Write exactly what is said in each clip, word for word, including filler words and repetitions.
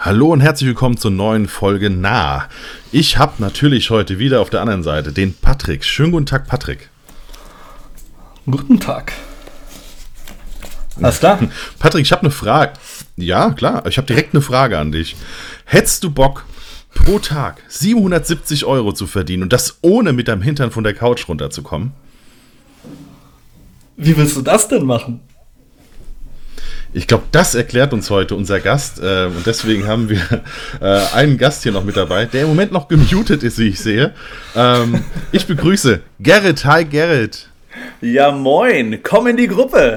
Hallo und herzlich willkommen zur neuen Folge Nah. Ich habe natürlich heute wieder auf der anderen Seite den Patrick. Schönen guten Tag, Patrick. Guten Tag. Alles klar? Patrick, ich habe eine Frage. Ja, klar. Ich habe direkt eine Frage an dich. Hättest du Bock, pro Tag siebenhundertsiebzig Euro zu verdienen und das ohne mit deinem Hintern von der Couch runterzukommen? Wie willst du das denn machen? Ich glaube, das erklärt uns heute unser Gast äh, und deswegen haben wir äh, einen Gast hier noch mit dabei, der im Moment noch gemutet ist, wie ich sehe. Ähm, ich begrüße Gerrit. Hi, Gerrit. Ja, moin. Komm in die Gruppe.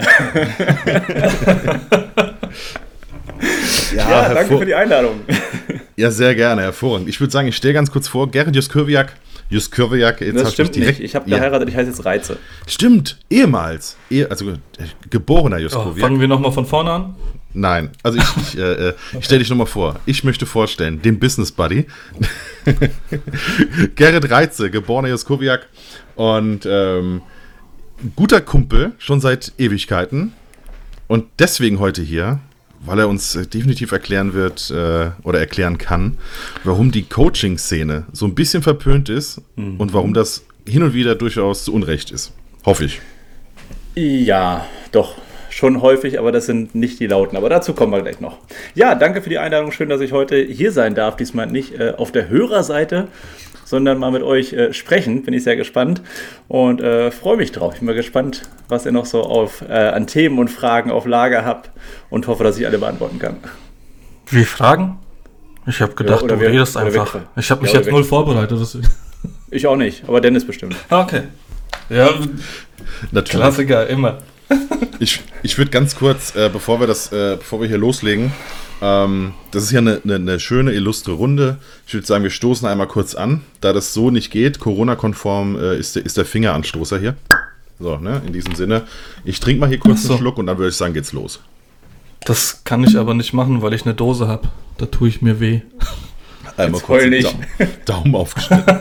ja, ja danke für die Einladung. Ja, sehr gerne, hervorragend. Ich würde sagen, ich stelle ganz kurz vor, Gerrit Juskowjak. Juskowjak, jetzt das stimmt ich direkt, nicht. Ich habe geheiratet, ja. Ich heiße jetzt Reize. Stimmt, ehemals. Eh, also äh, geborener Juskowjak. Oh, fangen wir nochmal von vorne an? Nein, also ich, ich, äh, ich stelle dich nochmal vor. Ich möchte vorstellen, den Business Buddy. Gerrit Reize, geborener Juskowjak und ähm, guter Kumpel, schon seit Ewigkeiten. Und deswegen heute hier, weil er uns definitiv erklären wird äh, oder erklären kann, warum die Coaching-Szene so ein bisschen verpönt ist mhm. und warum das hin und wieder durchaus zu Unrecht ist. Hoffe ich. Ja, doch. Schon häufig, aber das sind nicht die Lauten. Aber dazu kommen wir gleich noch. Ja, danke für die Einladung. Schön, dass ich heute hier sein darf. Diesmal nicht äh, auf der Hörerseite, sondern mal mit euch äh, sprechen. Bin ich sehr gespannt und äh, freue mich drauf. Ich bin mal gespannt, was ihr noch so auf, äh, an Themen und Fragen auf Lager habt und hoffe, dass ich alle beantworten kann. Wie Fragen? Ich habe gedacht, ja, du wir, redest einfach. Ich habe mich ja, jetzt null vorbereitet. Deswegen. Ich auch nicht, aber Dennis bestimmt. Okay. Ja, natürlich. Klassiker, immer. Ich, ich würde ganz kurz, äh, bevor wir das, äh, bevor wir hier loslegen, ähm, das ist ja eine, eine, eine schöne, illustre Runde. Ich würde sagen, wir stoßen einmal kurz an. Da das so nicht geht, Corona-konform äh, ist, der, ist der Fingeranstoßer hier. So, ne, in diesem Sinne. Ich trinke mal hier kurz so. einen Schluck und dann würde ich sagen, geht's los. Das kann ich aber nicht machen, weil ich eine Dose habe. Da tue ich mir weh. Einmal kurz den Daumen, Daumen aufgeschnitten.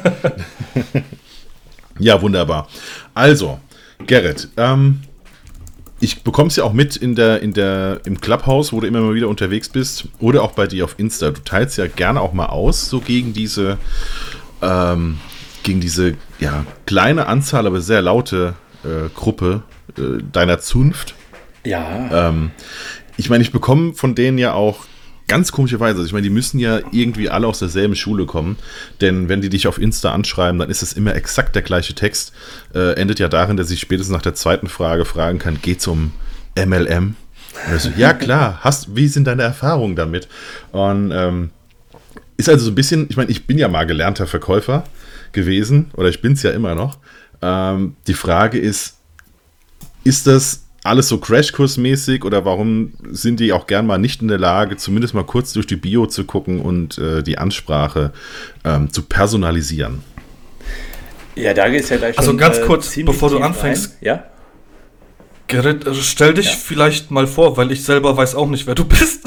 Ja, wunderbar. Also, Gerrit, ähm, ich bekomme es ja auch mit in der, in der, im Clubhouse, wo du immer mal wieder unterwegs bist, oder auch bei dir auf Insta. Du teilst ja gerne auch mal aus, so gegen diese, ähm, gegen diese ja, kleine Anzahl, aber sehr laute äh, Gruppe äh, deiner Zunft. Ja. Ähm, ich meine, ich bekomme von denen ja auch ganz komischerweise, also ich meine, die müssen ja irgendwie alle aus derselben Schule kommen, denn wenn die dich auf Insta anschreiben, dann ist es immer exakt der gleiche Text, äh, endet ja darin, dass ich spätestens nach der zweiten Frage fragen kann, geht's um M L M? Und so, ja klar, hast, wie sind deine Erfahrungen damit? Und ähm, ist also so ein bisschen, ich meine, ich bin ja mal gelernter Verkäufer gewesen, oder ich bin es ja immer noch. Ähm, die Frage ist, ist das alles so Crashkursmäßig oder warum sind die auch gern mal nicht in der Lage, zumindest mal kurz durch die Bio zu gucken und äh, die Ansprache ähm, zu personalisieren? Ja, da geht es ja gleich also schon, ganz äh, kurz, bevor du anfängst. Rein. Ja? Gerrit, stell dich ja. vielleicht mal vor, weil ich selber weiß auch nicht, wer du bist.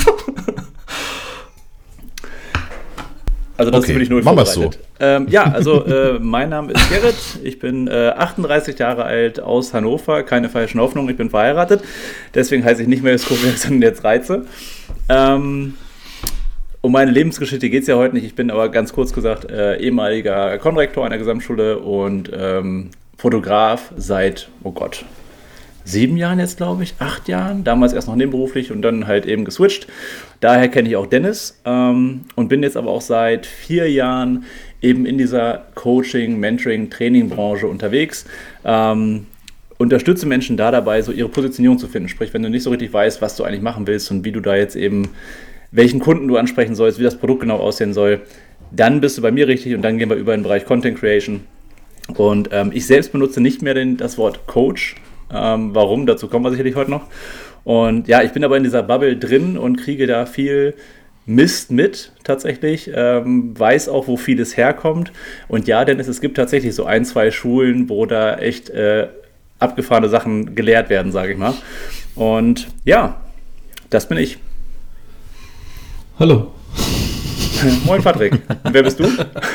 Also das okay, bin ich nur vorbereitet. So. Ähm, ja, also äh, mein Name ist Gerrit, ich bin äh, achtunddreißig Jahre alt aus Hannover, keine falschen Hoffnungen, ich bin verheiratet, deswegen heiße ich nicht mehr Juskowjak, sondern jetzt Reize. Ähm, um meine Lebensgeschichte geht es ja heute nicht, ich bin aber ganz kurz gesagt äh, ehemaliger Konrektor einer Gesamtschule und ähm, Fotograf seit, oh Gott, sieben Jahren jetzt, glaube ich, acht Jahren, damals erst noch nebenberuflich und dann halt eben geswitcht. Daher kenne ich auch Dennis ähm, und bin jetzt aber auch seit vier Jahren eben in dieser Coaching-, Mentoring-, Training-Branche unterwegs. Ähm, unterstütze Menschen da dabei, so ihre Positionierung zu finden. Sprich, wenn du nicht so richtig weißt, was du eigentlich machen willst und wie du da jetzt eben, welchen Kunden du ansprechen sollst, wie das Produkt genau aussehen soll, dann bist du bei mir richtig und dann gehen wir über in den Bereich Content Creation. Und ähm, ich selbst benutze nicht mehr den, das Wort Coach. Ähm, warum? Dazu kommen wir sicherlich heute noch. Und ja, ich bin aber in dieser Bubble drin und kriege da viel Mist mit tatsächlich, ähm, weiß auch, wo vieles herkommt. Und ja, denn es, es gibt tatsächlich so ein, zwei Schulen, wo da echt äh, abgefahrene Sachen gelehrt werden, sage ich mal. Und ja, das bin ich. Hallo. Moin Patrick. Und wer bist du?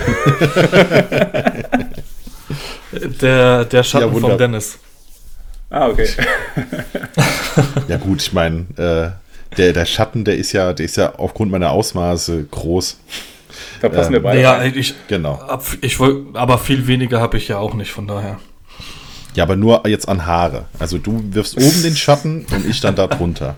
Der, der Schatten ja, von Dennis. Ah, okay. Ja gut, ich meine, äh, der, der Schatten, der ist ja, der ist ja aufgrund meiner Ausmaße groß. Da passen ähm, wir beide. Ja, ich, genau. Ich wollte, aber viel weniger habe ich ja auch nicht, von daher. Ja, aber nur jetzt an Haare. Also du wirfst oben den Schatten und ich dann da drunter.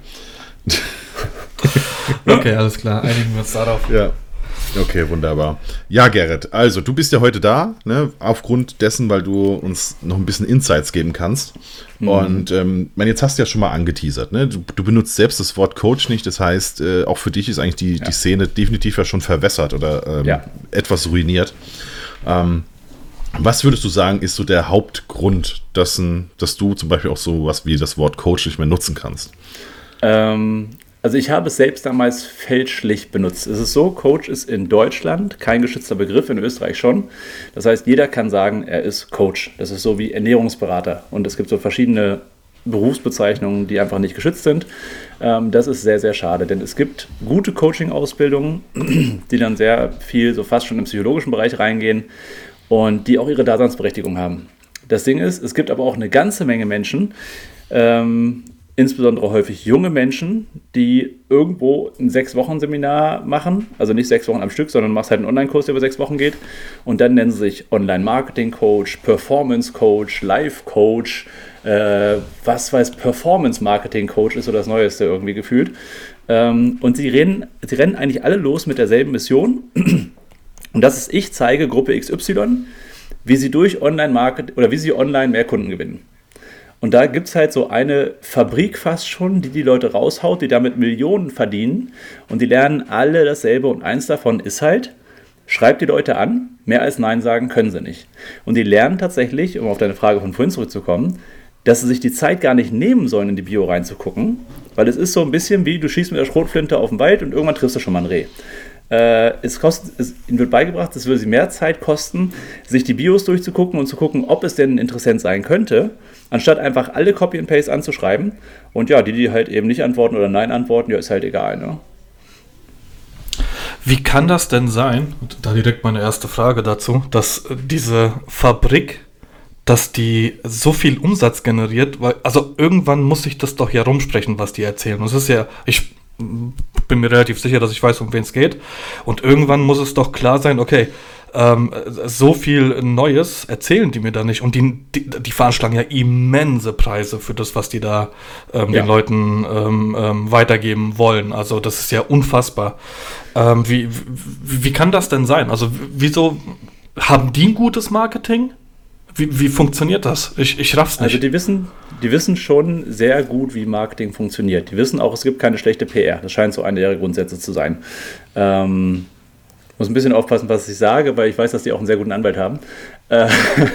Okay, alles klar. Einigen wir uns darauf. Ja. Okay, wunderbar. Ja, Gerrit, also du bist ja heute da, ne, aufgrund dessen, weil du uns noch ein bisschen Insights geben kannst. Mhm. Und ähm, man, jetzt hast du ja schon mal angeteasert, ne? Du, du benutzt selbst das Wort Coach nicht, das heißt, äh, auch für dich ist eigentlich die, ja. die Szene definitiv ja schon verwässert oder ähm, ja. etwas ruiniert. Ähm, was würdest du sagen, ist so der Hauptgrund, dessen, dass du zum Beispiel auch so was wie das Wort Coach nicht mehr nutzen kannst? Ähm... Also ich habe es selbst damals fälschlich benutzt. Es ist so, Coach ist in Deutschland kein geschützter Begriff, in Österreich schon. Das heißt, jeder kann sagen, er ist Coach. Das ist so wie Ernährungsberater. Und es gibt so verschiedene Berufsbezeichnungen, die einfach nicht geschützt sind. Das ist sehr, sehr schade, denn es gibt gute Coaching-Ausbildungen, die dann sehr viel, so fast schon im psychologischen Bereich reingehen und die auch ihre Daseinsberechtigung haben. Das Ding ist, es gibt aber auch eine ganze Menge Menschen, ähm, insbesondere häufig junge Menschen, die irgendwo ein Sechs-Wochen-Seminar machen, also nicht sechs Wochen am Stück, sondern machst halt einen Online-Kurs, der über sechs Wochen geht und dann nennen sie sich Online-Marketing-Coach, Performance-Coach, Life-Coach, äh, was weiß Performance-Marketing-Coach ist so das Neueste irgendwie gefühlt. Ähm, und sie rennen, sie rennen eigentlich alle los mit derselben Mission und das ist, ich zeige Gruppe X Y, wie sie durch Online-Marketing oder wie sie online mehr Kunden gewinnen. Und da gibt es halt so eine Fabrik fast schon, die die Leute raushaut, die damit Millionen verdienen. Und die lernen alle dasselbe. Und eins davon ist halt, schreibt die Leute an, mehr als Nein sagen können sie nicht. Und die lernen tatsächlich, um auf deine Frage von vorhin zurückzukommen, dass sie sich die Zeit gar nicht nehmen sollen, in die Bio reinzugucken. Weil es ist so ein bisschen wie, du schießt mit der Schrotflinte auf den Wald und irgendwann triffst du schon mal ein Reh. Äh, es kostet, es, ihnen wird beigebracht, es würde sie mehr Zeit kosten, sich die Bios durchzugucken und zu gucken, ob es denn interessant sein könnte, anstatt einfach alle Copy and Paste anzuschreiben. Und ja, die, die halt eben nicht antworten oder Nein antworten, ja, ist halt egal, ne? Wie kann das denn sein, und da direkt meine erste Frage dazu, dass diese Fabrik, dass die so viel Umsatz generiert, weil, also irgendwann muss ich das doch ja rumsprechen, was die erzählen. Und es ist ja, ich bin mir relativ sicher, dass ich weiß, um wen es geht. Und irgendwann muss es doch klar sein, okay, ähm, so viel Neues erzählen die mir da nicht. Und die, die, die veranschlagen ja immense Preise für das, was die da ähm, ja. den Leuten ähm, ähm, weitergeben wollen. Also das ist ja unfassbar. Ähm, wie, wie, wie kann das denn sein? Also wieso haben die ein gutes Marketing? Wie, wie funktioniert das? Ich, ich raff's nicht. Also die wissen, die wissen schon sehr gut, wie Marketing funktioniert. Die wissen auch, es gibt keine schlechte P R. Das scheint so eine ihrer Grundsätze zu sein. Ähm, muss ein bisschen aufpassen, was ich sage, weil ich weiß, dass die auch einen sehr guten Anwalt haben. Äh,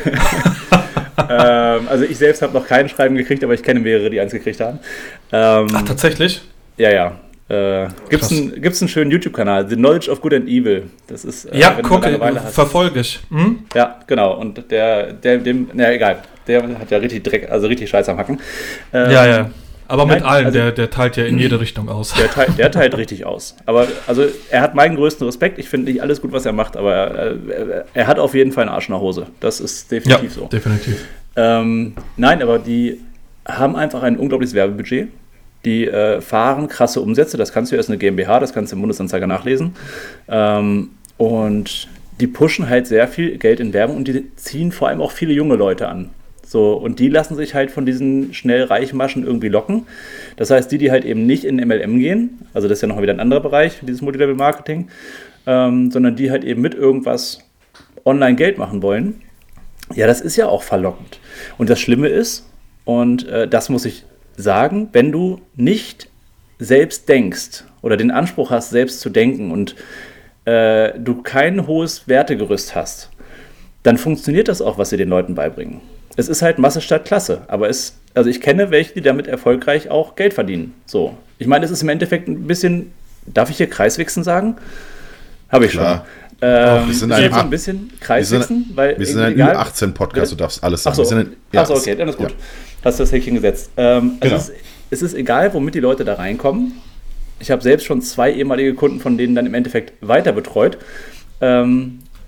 ähm, also ich selbst habe noch kein Schreiben gekriegt, aber ich kenne mehrere, die eins gekriegt haben. Ähm, Ach, tatsächlich? Ja, ja. Äh, Gibt es ein, einen schönen YouTube-Kanal, The Knowledge of Good and Evil. Das ist, äh, ja, gucke, verfolge ich. Hm? Ja, genau. Und der, der, dem, na egal, der hat ja richtig Dreck, also richtig Scheiß am Hacken. Ähm, ja, ja. Aber nein, mit allen, also, der, der teilt ja in jede Richtung aus. Der teilt, der teilt richtig aus. Aber also er hat meinen größten Respekt. Ich finde nicht alles gut, was er macht, aber er, er, er hat auf jeden Fall einen Arsch in der Hose. Das ist definitiv ja, so. definitiv. Ähm, nein, aber die haben einfach ein unglaubliches Werbebudget. Die äh, fahren krasse Umsätze, das kannst du erst eine GmbH, das kannst du im Bundesanzeiger nachlesen. Ähm, und die pushen halt sehr viel Geld in Werbung und die ziehen vor allem auch viele junge Leute an. So, und die lassen sich halt von diesen schnell Reichmaschen irgendwie locken. Das heißt, die, die halt eben nicht in M L M gehen, also das ist ja noch wieder ein anderer Bereich, dieses Multilevel-Marketing, ähm, sondern die halt eben mit irgendwas online Geld machen wollen, ja, das ist ja auch verlockend. Und das Schlimme ist, und äh, das muss ich sagen, wenn du nicht selbst denkst oder den Anspruch hast, selbst zu denken und äh, du kein hohes Wertegerüst hast, dann funktioniert das auch, was sie den Leuten beibringen. Es ist halt Masse statt Klasse, aber es, also ich kenne welche, die damit erfolgreich auch Geld verdienen. So. Ich meine, es ist im Endeffekt ein bisschen, darf ich hier Kreiswichsen sagen? Habe ich Klar. schon. Ähm, wir sind ein, so ein bisschen Kreiswichsen, wir weil wir sind ein Ü achtzehn Podcast, du darfst alles sagen. Achso, wir sind ein, ja, Achso okay, dann ist gut. Ja. Hast du das Häkchen gesetzt. Ähm, also genau. es, es ist egal, womit die Leute da reinkommen. Ich habe selbst schon zwei ehemalige Kunden von denen dann im Endeffekt weiter betreut. Ähm,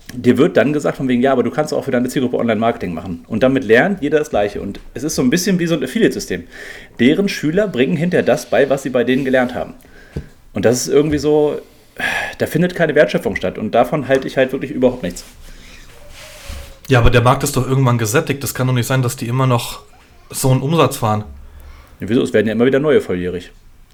dir wird dann gesagt von wegen, ja, aber du kannst auch für deine Zielgruppe Online-Marketing machen. Und damit lernt jeder das Gleiche. Und es ist so ein bisschen wie so ein Affiliate-System. Deren Schüler bringen hinterher das bei, was sie bei denen gelernt haben. Und das ist irgendwie so, da findet keine Wertschöpfung statt. Und davon halte ich halt wirklich überhaupt nichts. Ja, aber der Markt ist doch irgendwann gesättigt. Das kann doch nicht sein, dass die immer noch so einen Umsatz fahren. Ja, wieso? Es werden ja immer wieder neue volljährig.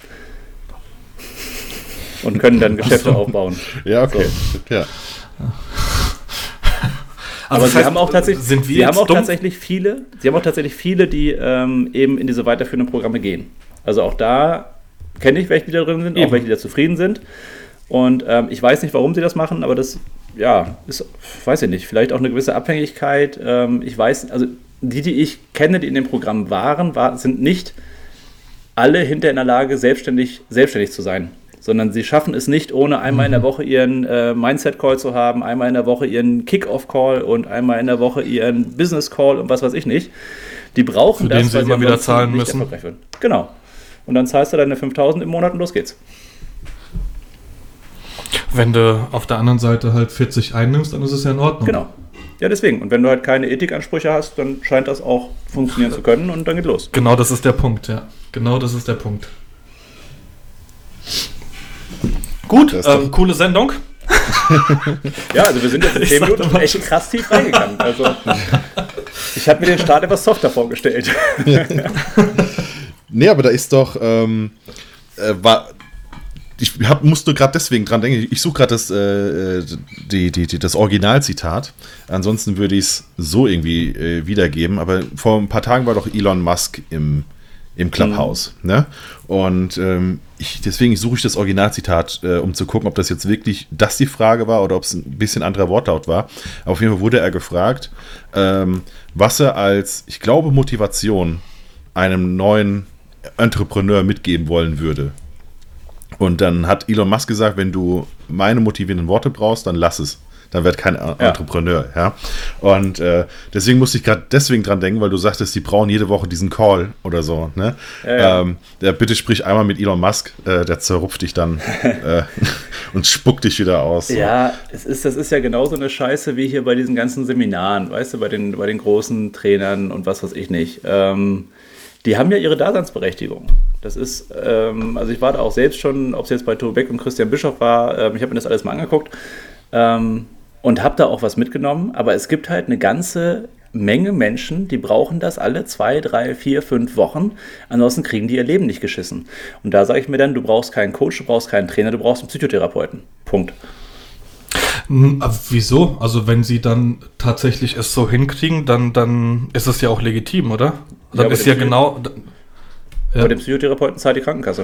Und können dann Geschäfte so aufbauen. Ja, okay. So. Ja. Also aber sie heißt, haben auch tatsächlich, sind wir sie haben auch dumm? tatsächlich viele, sie haben auch tatsächlich viele, die ähm, eben in diese weiterführenden Programme gehen. Also auch da kenne ich welche, die da drin sind, eben. Auch welche, die da zufrieden sind. Und ähm, ich weiß nicht, warum sie das machen, aber das, ja, ist, weiß ich nicht, vielleicht auch eine gewisse Abhängigkeit. Ähm, ich weiß, also die, die ich kenne, die in dem Programm waren, war, sind nicht alle hinter in der Lage, selbstständig, selbstständig zu sein. Sondern sie schaffen es nicht, ohne einmal in der Woche ihren äh, Mindset-Call zu haben, einmal in der Woche ihren Kick-Off-Call und einmal in der Woche ihren Business-Call und was weiß ich nicht. Die brauchen Für das, den sie weil immer sie wieder zahlen nicht müssen. erfolgreich werden. Genau. Und dann zahlst du deine fünftausend im Monat und los geht's. Wenn du auf der anderen Seite halt vierzig einnimmst, dann ist es ja in Ordnung. Genau. Ja, deswegen. Und wenn du halt keine Ethikansprüche hast, dann scheint das auch funktionieren zu können und dann geht los. Genau das ist der Punkt, ja. Genau das ist der Punkt. Gut, ähm, coole Sendung. Ja, also wir sind jetzt in zehn Minuten echt krass tief reingegangen. Also ich habe mir den Start etwas softer vorgestellt. Nee, aber da ist doch, ähm, äh, war, ich hab, musste gerade deswegen dran denken, ich suche gerade das, äh, die, die, die, das Originalzitat, ansonsten würde ich es so irgendwie äh, wiedergeben, aber vor ein paar Tagen war doch Elon Musk im im Clubhouse, mhm. ne? Und ähm, ich, deswegen suche ich das Originalzitat, äh, um zu gucken, ob das jetzt wirklich das die Frage war oder ob es ein bisschen anderer Wortlaut war. Aber auf jeden Fall wurde er gefragt, ähm, was er als, ich glaube, Motivation einem neuen Entrepreneur mitgeben wollen würde. Und dann hat Elon Musk gesagt, wenn du meine motivierenden Worte brauchst, dann lass es. Dann wird kein ja. Entrepreneur, ja. Und äh, deswegen musste ich gerade deswegen dran denken, weil du sagtest, die brauchen jede Woche diesen Call oder so, ne? Ja, ja. Ähm, der, bitte sprich einmal mit Elon Musk, äh, der zerrupft dich dann äh, und spuckt dich wieder aus. So. Ja, es ist, das ist ja genauso eine Scheiße wie hier bei diesen ganzen Seminaren, weißt du, bei den, bei den großen Trainern und was weiß ich nicht. Ähm, die haben ja ihre Daseinsberechtigung. Das ist, ähm, also ich war da auch selbst schon, ob es jetzt bei Tobi Beck und Christian Bischoff war, ähm, ich habe mir das alles mal angeguckt. Ähm, Und habe da auch was mitgenommen, aber es gibt halt eine ganze Menge Menschen, die brauchen das alle zwei, drei, vier, fünf Wochen, ansonsten kriegen die ihr Leben nicht geschissen. Und da sage ich mir dann, du brauchst keinen Coach, du brauchst keinen Trainer, du brauchst einen Psychotherapeuten. Punkt. Aber wieso? Also wenn sie dann tatsächlich es so hinkriegen, dann, dann ist es ja auch legitim, oder? Dann ja, ist ja Psycho- genau... Ja. Bei dem Psychotherapeuten zahlt die Krankenkasse.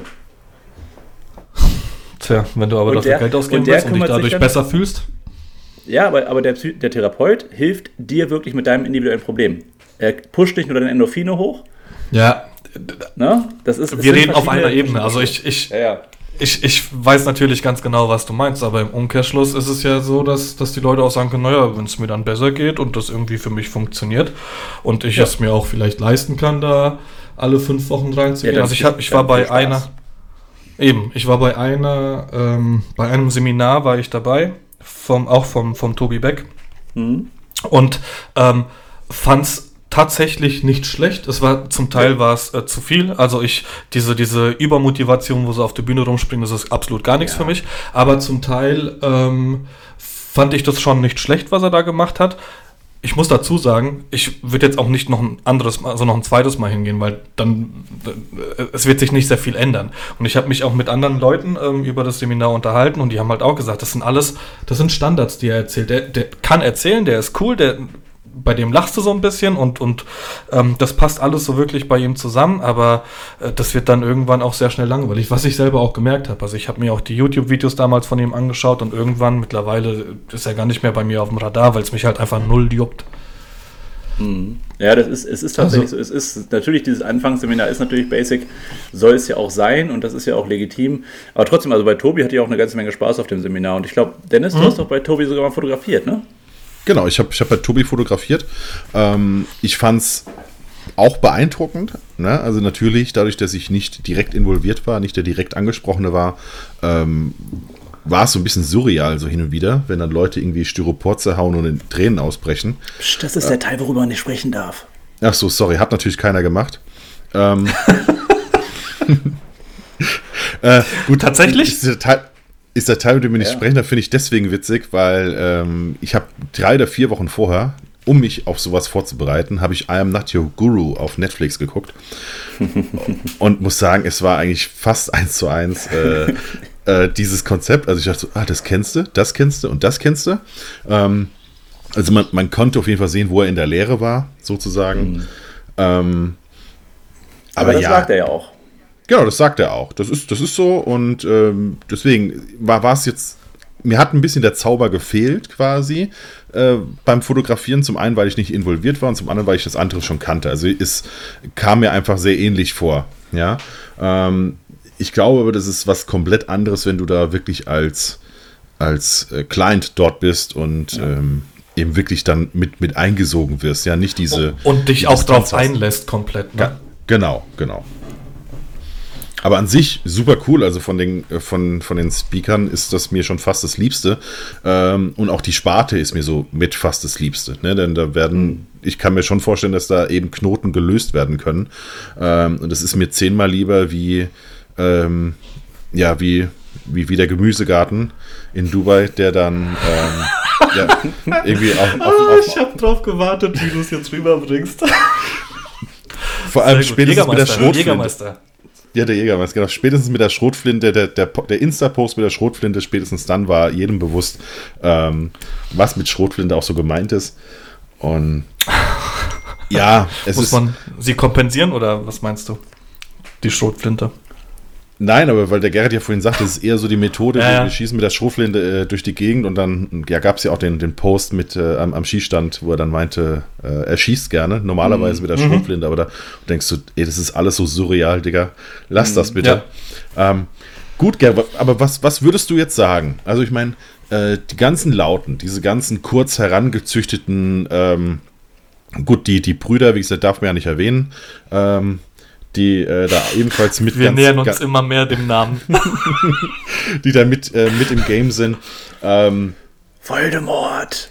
Tja, wenn du aber und dafür der, Geld ausgeben und willst und dich dadurch dann, besser fühlst... Ja, aber, aber der, der Therapeut hilft dir wirklich mit deinem individuellen Problem. Er pusht nicht nur deine Endorphine hoch. Ja. Ne? Das ist, wir reden auf einer Ebene. Also ich, ich, ja, ja. ich, ich weiß natürlich ganz genau, was du meinst, aber im Umkehrschluss ist es ja so, dass, dass die Leute auch sagen können, naja, wenn es mir dann besser geht und das irgendwie für mich funktioniert und ich ja. es mir auch vielleicht leisten kann, da alle fünf Wochen reinzugehen. Ja, also ich, hab, ich war bei einer, eben, ich war bei einer, ähm, bei einem Seminar war ich dabei, Vom, auch vom, vom Tobi Beck mhm. und ähm, fand es tatsächlich nicht schlecht. Es war zum Teil war es äh, zu viel. Also ich diese diese Übermotivation, wo sie auf der Bühne rumspringen, das ist absolut gar nichts ja. für mich. Aber zum Teil ähm, fand ich das schon nicht schlecht, was er da gemacht hat. Ich muss dazu sagen, ich würde jetzt auch nicht noch ein anderes Mal, also noch ein zweites Mal hingehen, weil dann, es wird sich nicht sehr viel ändern. Und ich habe mich auch mit anderen Leuten ähm, über das Seminar unterhalten und die haben halt auch gesagt, das sind alles, das sind Standards, die er erzählt. Der, der kann erzählen, der ist cool, der, bei dem lachst du so ein bisschen und, und ähm, das passt alles so wirklich bei ihm zusammen, aber äh, das wird dann irgendwann auch sehr schnell langweilig, was ich selber auch gemerkt habe. Also ich habe mir auch die YouTube-Videos damals von ihm angeschaut und irgendwann, mittlerweile ist er gar nicht mehr bei mir auf dem Radar, weil es mich halt einfach null juckt. Mhm. Ja, das ist, es ist tatsächlich also, so. Es ist natürlich, dieses Anfangsseminar ist natürlich basic, soll es ja auch sein und das ist ja auch legitim. Aber trotzdem, also bei Tobi hatte ich auch eine ganze Menge Spaß auf dem Seminar und ich glaube, Dennis, mhm. du hast doch bei Tobi sogar mal fotografiert, ne? Genau, ich habe ich hab bei Tobi fotografiert. Ähm, ich fand es auch beeindruckend. Ne? Also natürlich, dadurch, dass ich nicht direkt involviert war, nicht der direkt Angesprochene war, ähm, war es so ein bisschen surreal, so hin und wieder, wenn dann Leute irgendwie Styropor zerhauen und in Tränen ausbrechen. Psst, das ist äh, der Teil, worüber man nicht sprechen darf. Ach so, sorry, hat natürlich keiner gemacht. Ähm, äh, gut, tatsächlich? Ist der Teil, ist der Teil mit dem wir nicht ja. sprechen, da finde ich deswegen witzig, weil ähm, ich habe drei oder vier Wochen vorher, um mich auf sowas vorzubereiten, habe ich I Am Not Your Guru auf Netflix geguckt und muss sagen, es war eigentlich fast eins zu eins äh, äh, dieses Konzept. Also ich dachte so, ah, das kennst du, das kennst du und das kennst du. Ähm, also man, man konnte auf jeden Fall sehen, wo er in der Lehre war, sozusagen. Mhm. Ähm, aber, aber das ja, sagt er ja auch. Genau, das sagt er auch. Das ist, das ist so und ähm, deswegen war es jetzt, mir hat ein bisschen der Zauber gefehlt quasi äh, beim Fotografieren. Zum einen, weil ich nicht involviert war und zum anderen, weil ich das andere schon kannte. Also es kam mir einfach sehr ähnlich vor. Ja, ähm, ich glaube aber, das ist was komplett anderes, wenn du da wirklich als, als äh, Client dort bist und ja. ähm, eben wirklich dann mit, mit eingesogen wirst. Ja, nicht diese... Und dich auch drauf einlässt komplett. Ne? Ja, genau, genau. Aber an sich super cool, also von den, von, von den Speakern ist das mir schon fast das Liebste. Ähm, und auch die Sparte ist mir so mit fast das Liebste. Ne? Denn da werden, ich kann mir schon vorstellen, dass da eben Knoten gelöst werden können. Ähm, und das ist mir zehnmal lieber wie, ähm, ja, wie, wie, wie der Gemüsegarten in Dubai, der dann ähm, ja, irgendwie auf, auf, oh, auf, ich habe drauf gewartet, wie du es jetzt rüberbringst. Vor allem spätestens mit der Schrotflinte. Jägermeister. Ja, der Jägermeister, genau. Spätestens mit der Schrotflinte, der, der, der Insta-Post mit der Schrotflinte, spätestens dann war jedem bewusst, ähm, was mit Schrotflinte auch so gemeint ist. Und ja, es Muss ist... man sie kompensieren oder was meinst du? Die Schrotflinte? Nein, aber weil der Gerrit ja vorhin sagte, es ist eher so die Methode, ja, wir, ja. wir schießen mit der Schrotflinte äh, durch die Gegend und dann ja, gab es ja auch den, den Post mit äh, am, am Schießstand, wo er dann meinte, äh, er schießt gerne, normalerweise mit der mhm. Schrotflinte, aber da denkst du, ey, das ist alles so surreal, Digga, lass das bitte. Ja. Ähm, gut, Gerrit, aber was, was würdest du jetzt sagen? Also ich meine, äh, die ganzen Lauten, diese ganzen kurz herangezüchteten, ähm, gut, die, die Brüder, wie gesagt, darf man ja nicht erwähnen, ähm, die äh, da ebenfalls mit... Wir ganz, nähern uns ganz, immer mehr dem Namen. die da mit, äh, mit im Game sind. Ähm, Voldemort!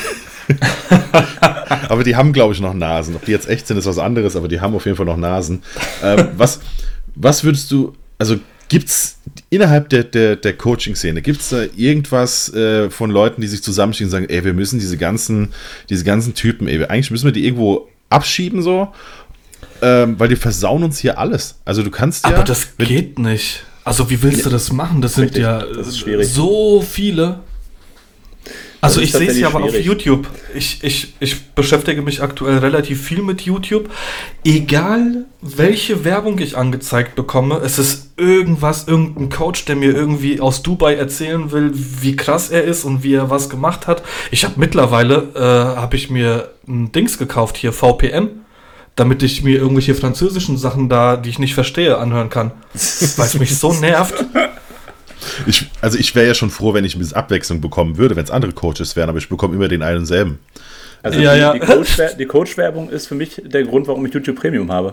aber die haben, glaube ich, noch Nasen. Ob die jetzt echt sind, ist was anderes, aber die haben auf jeden Fall noch Nasen. Ähm, was, was würdest du... Also gibt es innerhalb der, der, der Coaching-Szene, gibt es da irgendwas äh, von Leuten, die sich zusammenstehen und sagen, ey, wir müssen diese ganzen, diese ganzen Typen, ey, eigentlich müssen wir die irgendwo abschieben so? Ähm, weil die versauen uns hier alles. Also du kannst ja... Aber das geht nicht. Also wie willst du das machen? Das sind Richtig, ja das ist schwierig. so viele. Also ich sehe es ja aber auf schwierig. YouTube. Ich, ich, ich beschäftige mich aktuell relativ viel mit YouTube. Egal, welche Werbung ich angezeigt bekomme, es ist irgendwas, irgendein Coach, der mir irgendwie aus Dubai erzählen will, wie krass er ist und wie er was gemacht hat. Ich habe mittlerweile, äh, habe ich mir ein Dings gekauft hier, V P N, damit ich mir irgendwelche französischen Sachen da, die ich nicht verstehe, anhören kann. Weil es mich so nervt. Ich, also ich wäre ja schon froh, wenn ich ein bisschen Abwechslung bekommen würde, wenn es andere Coaches wären, aber ich bekomme immer den einen und selben. Also ja, die, ja. die, Coach, die Coach-Werbung ist für mich der Grund, warum ich YouTube Premium habe.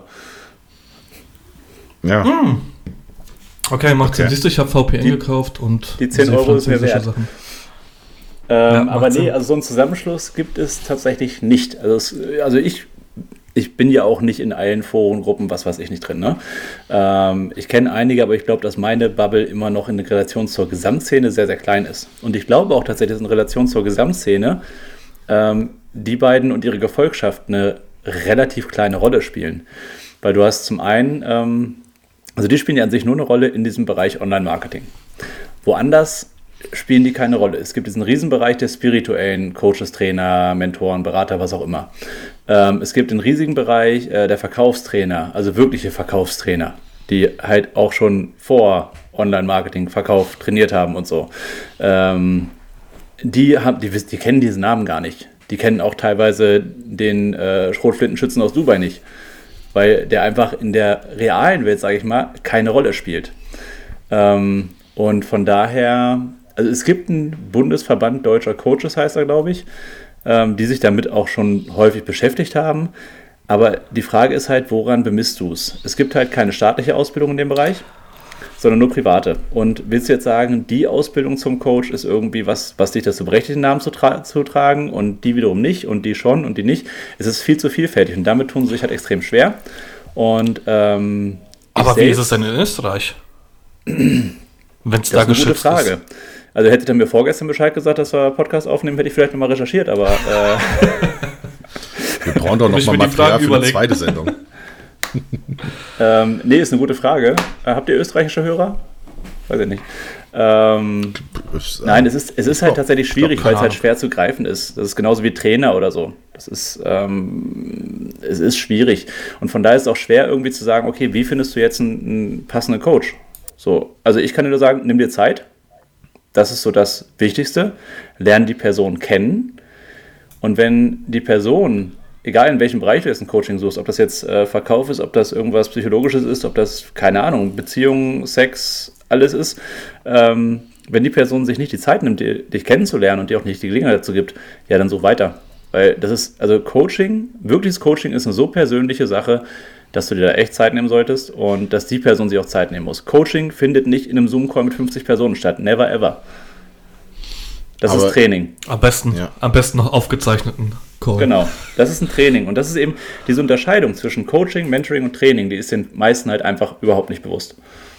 Ja. Hm. Okay, macht Okay. Sinn. Siehst du, ich habe V P N Die- gekauft und die zehn sehe Euro ist mir französische wert. Sachen. Ähm, Ja, macht aber nee, Sinn. also so einen Zusammenschluss gibt es tatsächlich nicht. Also, es, also ich, ich bin ja auch nicht in allen Forengruppen, was weiß ich, nicht drin. Ne? Ähm, ich kenne einige, aber ich glaube, dass meine Bubble immer noch in Relation zur Gesamtszene sehr, sehr klein ist. Und ich glaube auch tatsächlich, dass in Relation zur Gesamtszene ähm, die beiden und ihre Gefolgschaft eine relativ kleine Rolle spielen. Weil du hast zum einen, ähm, also die spielen ja an sich nur eine Rolle in diesem Bereich Online-Marketing. Woanders spielen die keine Rolle. Es gibt diesen Riesenbereich der spirituellen Coaches, Trainer, Mentoren, Berater, was auch immer. Ähm, es gibt den riesigen Bereich äh, der Verkaufstrainer, also wirkliche Verkaufstrainer, die halt auch schon vor Online-Marketing, Verkauf trainiert haben und so. Ähm, die, haben, die, die kennen diesen Namen gar nicht. Die kennen auch teilweise den äh, Schrotflintenschützen aus Dubai nicht, weil der einfach in der realen Welt, sage ich mal, keine Rolle spielt. Ähm, und von daher, also es gibt einen Bundesverband Deutscher Coaches, heißt er, glaube ich, ähm, die sich damit auch schon häufig beschäftigt haben. Aber die Frage ist halt, woran bemisst du es? Es gibt halt keine staatliche Ausbildung in dem Bereich. sondern nur private. Und willst du jetzt sagen, die Ausbildung zum Coach ist irgendwie was, was dich dazu berechtigt, den Namen zu, tra- zu tragen und die wiederum nicht und die schon und die nicht? Es ist viel zu vielfältig und damit tun sie sich halt extrem schwer. Und, ähm, Aber wie ist es denn in Österreich? Wenn es da geschützt ist? Das ist eine gute Frage. Also hätte er mir vorgestern Bescheid gesagt, dass wir Podcast aufnehmen, hätte ich vielleicht nochmal recherchiert, aber... Äh wir brauchen doch nochmal Material für eine zweite Sendung. ähm, nee, ist eine gute Frage. Äh, habt ihr österreichische Hörer? Weiß ich nicht. Ähm, es, äh, nein, es ist, es ist halt tatsächlich schwierig, weil es halt schwer zu greifen ist. Das ist genauso wie Trainer oder so. Das ist, ähm, es ist schwierig. Und von daher ist es auch schwer, irgendwie zu sagen, okay, wie findest du jetzt einen, einen passenden Coach? So, also ich kann dir nur sagen, nimm dir Zeit. Das ist so das Wichtigste. Lern die Person kennen. Und wenn die Person, egal in welchem Bereich du jetzt ein Coaching suchst, ob das jetzt äh, Verkauf ist, ob das irgendwas Psychologisches ist, ob das, keine Ahnung, Beziehung, Sex, alles ist, ähm, wenn die Person sich nicht die Zeit nimmt, die, dich kennenzulernen und dir auch nicht die Gelegenheit dazu gibt, ja, dann such weiter. Weil das ist, also Coaching, wirkliches Coaching ist eine so persönliche Sache, dass du dir da echt Zeit nehmen solltest und dass die Person sich auch Zeit nehmen muss. Coaching findet nicht in einem Zoom-Call mit fünfzig Personen statt. Never ever. Das Aber ist Training. Am besten, ja. am besten noch aufgezeichneten Call. Genau, das ist ein Training. Und das ist eben diese Unterscheidung zwischen Coaching, Mentoring und Training, die ist den meisten halt einfach überhaupt nicht bewusst.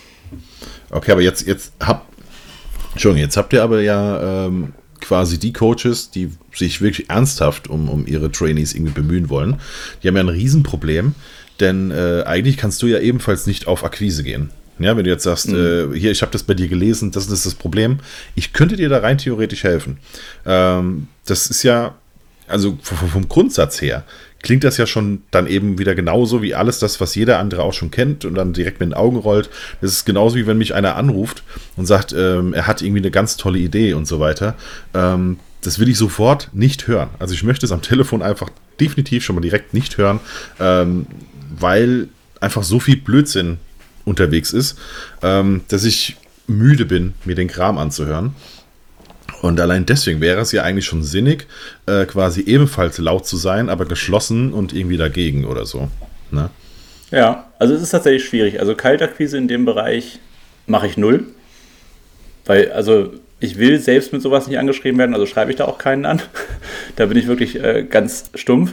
Okay, aber jetzt, jetzt habt, Entschuldigung, jetzt habt ihr aber ja ähm, quasi die Coaches, die sich wirklich ernsthaft um, um ihre Trainees irgendwie bemühen wollen. Die haben ja ein Riesenproblem. Denn äh, eigentlich kannst du ja ebenfalls nicht auf Akquise gehen. Ja, wenn du jetzt sagst, mhm. äh, hier, ich habe das bei dir gelesen, das ist das Problem. Ich könnte dir da rein theoretisch helfen. Ähm, das ist ja, also vom, vom Grundsatz her, klingt das ja schon dann eben wieder genauso wie alles das, was jeder andere auch schon kennt und dann direkt mit den Augen rollt. Das ist genauso wie wenn mich einer anruft und sagt, ähm, er hat irgendwie eine ganz tolle Idee und so weiter. Ähm, das will ich sofort nicht hören. Also ich möchte es am Telefon einfach definitiv schon mal direkt nicht hören, ähm, weil einfach so viel Blödsinn unterwegs ist, ähm, dass ich müde bin, mir den Kram anzuhören. Und allein deswegen wäre es ja eigentlich schon sinnig, äh, quasi ebenfalls laut zu sein, aber geschlossen und irgendwie dagegen oder so. Ne? Ja, also es ist tatsächlich schwierig. Also Kaltakquise in dem Bereich mache ich null. Weil, also ich will selbst mit sowas nicht angeschrieben werden, also schreibe ich da auch keinen an. Da bin ich wirklich äh, ganz stumpf.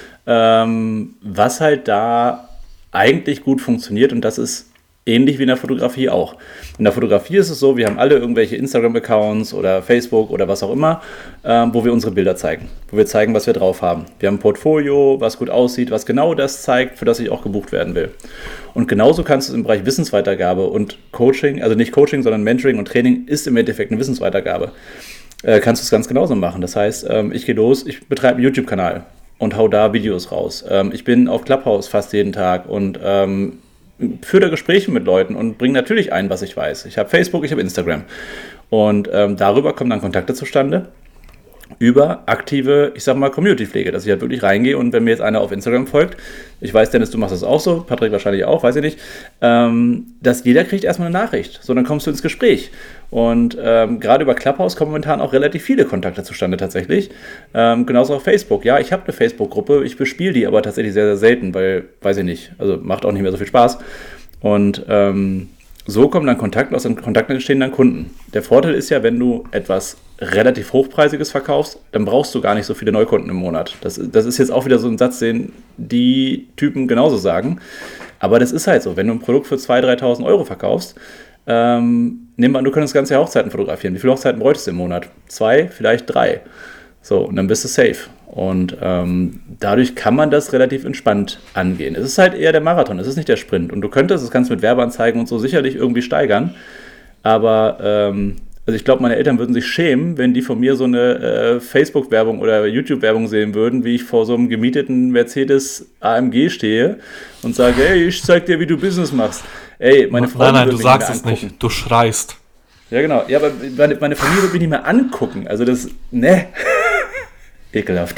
Ähm, was halt da eigentlich gut funktioniert, und das ist ähnlich wie in der Fotografie auch. In der Fotografie ist es so, wir haben alle irgendwelche Instagram-Accounts oder Facebook oder was auch immer, ähm, wo wir unsere Bilder zeigen, wo wir zeigen, was wir drauf haben. Wir haben ein Portfolio, was gut aussieht, was genau das zeigt, für das ich auch gebucht werden will. Und genauso kannst du es im Bereich Wissensweitergabe und Coaching, also nicht Coaching, sondern Mentoring und Training ist im Endeffekt eine Wissensweitergabe. Äh, kannst du es ganz genauso machen. Das heißt, ähm, ich gehe los, ich betreibe einen YouTube-Kanal und hau da Videos raus. Ähm, ich bin auf Clubhouse fast jeden Tag und ähm, führe da Gespräche mit Leuten und bringe natürlich ein, was ich weiß. Ich habe Facebook, ich habe Instagram. Und ähm, darüber kommen dann Kontakte zustande über aktive, ich sag mal, Community-Pflege, dass ich halt wirklich reingehe und wenn mir jetzt einer auf Instagram folgt, ich weiß, Dennis, du machst das auch so, Patrick wahrscheinlich auch, weiß ich nicht, ähm, dass jeder kriegt erstmal eine Nachricht, so dann kommst du ins Gespräch und ähm, gerade über Clubhouse kommen momentan auch relativ viele Kontakte zustande tatsächlich, ähm, genauso auf Facebook, ja, ich habe eine Facebook-Gruppe, ich bespiele die aber tatsächlich sehr, sehr selten, weil, weiß ich nicht, also macht auch nicht mehr so viel Spaß und ähm, so kommen dann Kontakte, aus den Kontakten entstehen dann Kunden. Der Vorteil ist ja, wenn du etwas relativ Hochpreisiges verkaufst, dann brauchst du gar nicht so viele Neukunden im Monat. Das, das ist jetzt auch wieder so ein Satz, den die Typen genauso sagen. Aber das ist halt so. Wenn du ein Produkt für zweitausend, dreitausend Euro verkaufst, ähm, nimm an, du könntest das ganze Jahr Hochzeiten fotografieren. Wie viele Hochzeiten bräuchtest du im Monat? Zwei, vielleicht drei. So, und dann bist du safe. Und ähm, dadurch kann man das relativ entspannt angehen. Es ist halt eher der Marathon, es ist nicht der Sprint. Und du könntest das Ganze mit Werbeanzeigen und so sicherlich irgendwie steigern. Aber ähm, also ich glaube, meine Eltern würden sich schämen, wenn die von mir so eine äh, Facebook-Werbung oder YouTube-Werbung sehen würden, wie ich vor so einem gemieteten Mercedes A M G stehe und sage, ey, ich zeig dir, wie du Business machst. Ey, meine Freunde Nein, nein, du sagst es nicht, du schreist. Ja, genau. Ja, aber meine, meine Familie wird mich nicht mehr angucken. Also das, ne. Ekelhaft.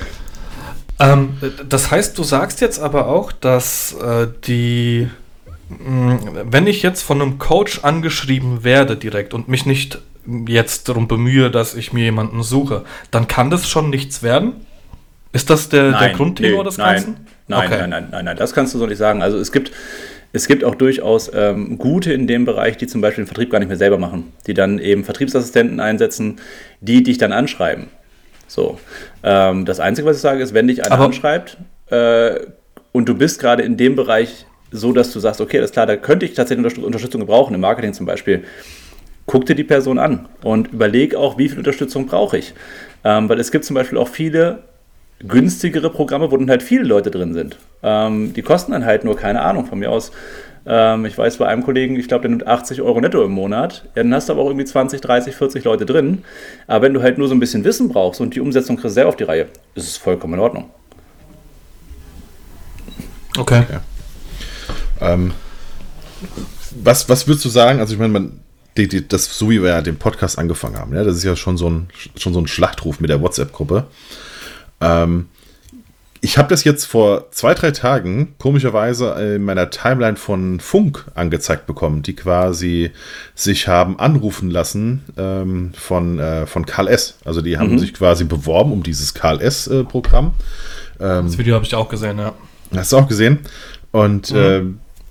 Ähm, das heißt, du sagst jetzt aber auch, dass äh, die, mh, wenn ich jetzt von einem Coach angeschrieben werde direkt und mich nicht jetzt darum bemühe, dass ich mir jemanden suche, dann kann das schon nichts werden? Ist das der, nein, der Grundtenor nee, des nein, Ganzen? Nein, okay. nein, nein, nein, nein, das kannst du so nicht sagen. Also es gibt, es gibt auch durchaus ähm, gute in dem Bereich, die zum Beispiel den Vertrieb gar nicht mehr selber machen, die dann eben Vertriebsassistenten einsetzen, die dich dann anschreiben. So. Ähm, das Einzige, was ich sage, ist, wenn dich einer Aber anschreibt äh, und du bist gerade in dem Bereich so, dass du sagst, okay, das ist klar, da könnte ich tatsächlich Unterst- Unterstützung gebrauchen, im Marketing zum Beispiel. Guck dir die Person an und überleg auch, wie viel Unterstützung brauche ich. Ähm, weil es gibt zum Beispiel auch viele günstigere Programme, wo dann halt viele Leute drin sind. Ähm, die kosten dann halt nur, keine Ahnung, von mir aus, ähm, ich weiß bei einem Kollegen, ich glaube, der nimmt achtzig Euro netto im Monat. Ja, dann hast du aber auch irgendwie zwanzig, dreißig, vierzig Leute drin. Aber wenn du halt nur so ein bisschen Wissen brauchst und die Umsetzung kriegst du sehr auf die Reihe, ist es vollkommen in Ordnung. Okay. okay. Ähm, was, was würdest du sagen, also ich meine, man, die, die, das, so wie wir ja den Podcast angefangen haben, ja, das ist ja schon so ein, schon so ein Schlachtruf mit der WhatsApp-Gruppe. Ähm, ich habe das jetzt vor zwei, drei Tagen komischerweise in meiner Timeline von Funk angezeigt bekommen, die quasi sich haben anrufen lassen ähm, von, äh, von Karl S. Also die haben mhm. sich quasi beworben um dieses Karl S-Programm. Ähm, das Video habe ich auch gesehen, ja. Hast du auch gesehen? Und mhm. äh,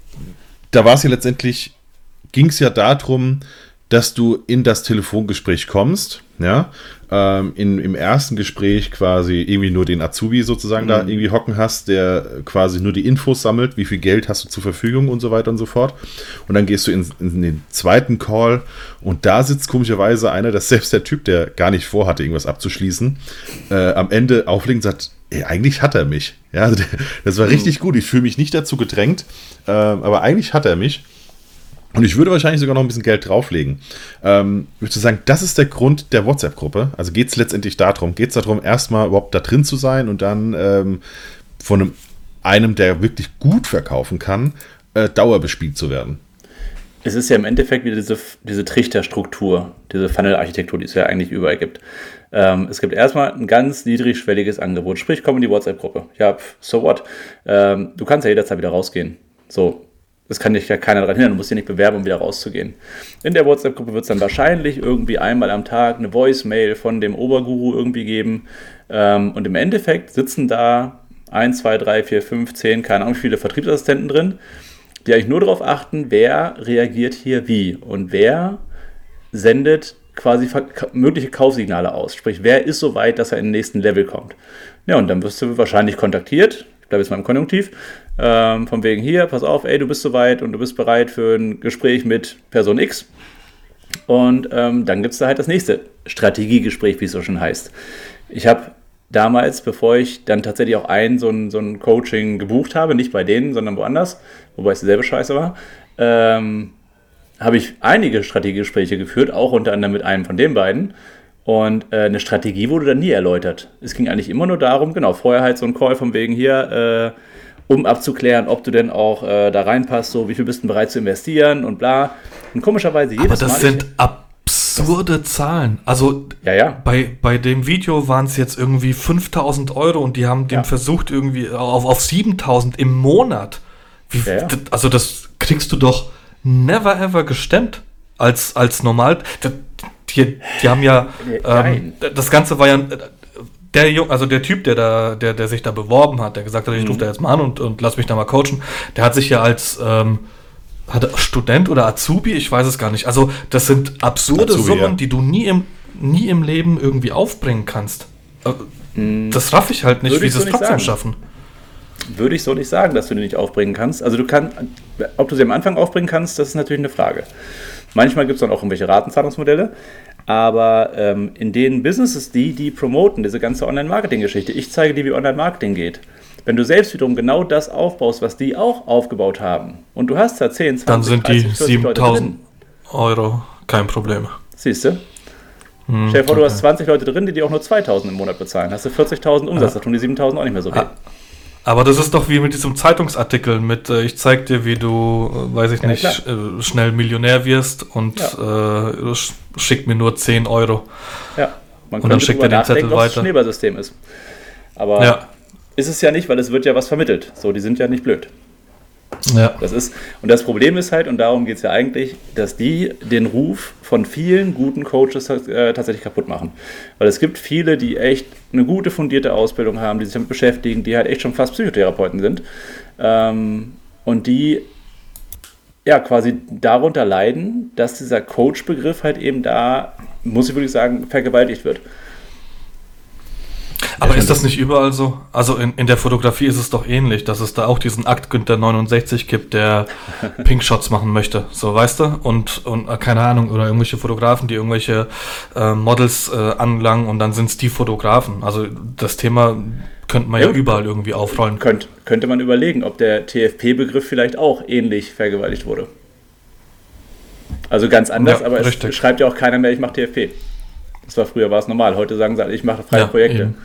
da war es ja letztendlich, ging es ja darum, dass du in das Telefongespräch kommst, ja, ähm, in, im ersten Gespräch quasi irgendwie nur den Azubi sozusagen mhm. da irgendwie hocken hast, der quasi nur die Infos sammelt, wie viel Geld hast du zur Verfügung und so weiter und so fort. Und dann gehst du in, in den zweiten Call und da sitzt komischerweise einer, dass selbst der Typ, der gar nicht vorhatte, irgendwas abzuschließen, äh, am Ende auflegt und sagt, ey, eigentlich hat er mich. Ja, also der, das war richtig gut. Ich fühle mich nicht dazu gedrängt, äh, aber eigentlich hat er mich. Und ich würde wahrscheinlich sogar noch ein bisschen Geld drauflegen. Ähm, ich würde sagen, das ist der Grund der WhatsApp-Gruppe. Also geht es letztendlich darum, geht es darum, erstmal überhaupt da drin zu sein und dann ähm, von einem, einem, der wirklich gut verkaufen kann, äh, dauerbespielt zu werden. Es ist ja im Endeffekt wieder diese, diese Trichterstruktur, diese Funnel-Architektur, die es ja eigentlich überall gibt. Ähm, es gibt erstmal ein ganz niedrigschwelliges Angebot. Sprich, komm in die WhatsApp-Gruppe. Ja, so what? Ähm, du kannst ja jederzeit wieder rausgehen. So. Das kann dich ja keiner daran hindern, du musst dich nicht bewerben, um wieder rauszugehen. In der WhatsApp-Gruppe wird es dann wahrscheinlich irgendwie einmal am Tag eine Voicemail von dem Oberguru irgendwie geben. Ähm, und im Endeffekt sitzen da eins, zwei, drei, vier, fünf, zehn, keine Ahnung, wie viele Vertriebsassistenten drin, die eigentlich nur darauf achten, wer reagiert hier wie und wer sendet quasi mögliche Kaufsignale aus. Sprich, wer ist so weit, dass er in den nächsten Level kommt. Ja, und dann wirst du wahrscheinlich kontaktiert. Ich bleibe jetzt mal im Konjunktiv. Ähm, von wegen hier, pass auf, ey, du bist soweit und du bist bereit für ein Gespräch mit Person X. Und ähm, dann gibt es da halt das nächste Strategiegespräch, wie es so schon heißt. Ich habe damals, bevor ich dann tatsächlich auch ein so ein, so ein Coaching gebucht habe, nicht bei denen, sondern woanders, wobei es dieselbe Scheiße war, ähm, habe ich einige Strategiegespräche geführt, auch unter anderem mit einem von den beiden. Und äh, eine Strategie wurde dann nie erläutert. Es ging eigentlich immer nur darum, genau, vorher halt so ein Call von wegen hier, äh, um abzuklären, ob du denn auch äh, da reinpasst, so wie viel bist du bereit zu investieren und bla. Und komischerweise jedes Mal... Aber das Mal sind ich, absurde das, Zahlen. Also ja, ja. Bei, bei dem Video waren es jetzt irgendwie fünftausend Euro und die haben den ja. versucht irgendwie auf, auf siebentausend im Monat. Wie, ja, ja. Also das kriegst du doch never ever gestemmt als, als normal... Die, die haben ja, ähm, das Ganze war ja, der Jung, also der Typ, der da, der, der sich da beworben hat, der gesagt hat, ich rufe da jetzt mal an und, und lass mich da mal coachen, der hat sich ja als ähm, hat Student oder Azubi, ich weiß es gar nicht, also das sind absurde Azubi, Summen, ja. die du nie im, nie im Leben irgendwie aufbringen kannst. Das raff ich halt nicht, Würde wie sie es so trotzdem sagen. schaffen. Würde ich so nicht sagen, dass du die nicht aufbringen kannst. Also du kannst, ob du sie am Anfang aufbringen kannst, das ist natürlich eine Frage. Manchmal gibt es dann auch irgendwelche Ratenzahlungsmodelle, aber ähm, in den Businesses, die die promoten, diese ganze Online-Marketing-Geschichte, ich zeige dir, wie Online-Marketing geht. Wenn du selbst wiederum genau das aufbaust, was die auch aufgebaut haben, und du hast da zehn, zwanzig, dann sind dreißig, die siebentausend Euro kein Problem. Siehst du? Hm, Stell dir vor, okay. du hast zwanzig Leute drin, die dir auch nur zweitausend im Monat bezahlen. Hast du vierzigtausend Umsatz, ja. da tun die siebentausend auch nicht mehr so weh. Ah. Aber das ist doch wie mit diesem Zeitungsartikel mit, äh, ich zeig dir, wie du, äh, weiß ich ja, nicht, äh, schnell Millionär wirst und ja. äh, schick mir nur zehn Euro. Ja, man und dann schickt er den Zettel was weiter. Das Schneeballsystem ist. Aber ja. ist es ja nicht, weil es wird ja was vermittelt. So, die sind ja nicht blöd. Ja. Das ist, und das Problem ist halt, und darum geht es ja eigentlich, dass die den Ruf von vielen guten Coaches äh, tatsächlich kaputt machen. Weil es gibt viele, die echt eine gute, fundierte Ausbildung haben, die sich damit beschäftigen, die halt echt schon fast Psychotherapeuten sind. Ähm, und die ja, quasi darunter leiden, dass dieser Coach-Begriff halt eben da, muss ich wirklich sagen, vergewaltigt wird. Aber ist das nicht überall so? Also in, in der Fotografie ist es doch ähnlich, dass es da auch diesen Akt Günther neunundsechzig gibt, der Pinkshots machen möchte, so, weißt du? Und, und äh, keine Ahnung, oder irgendwelche Fotografen, die irgendwelche äh, Models äh, anlangen und dann sind es die Fotografen. Also das Thema könnte man ja, ja überall irgendwie aufrollen. Könnt, könnte man überlegen, ob der T F P-Begriff vielleicht auch ähnlich vergewaltigt wurde. Also ganz anders, ja, aber richtig. Es schreibt ja auch keiner mehr, ich mache T F P. Das war früher, war es normal. Heute sagen sie, ich mache freie ja, Projekte. Eben.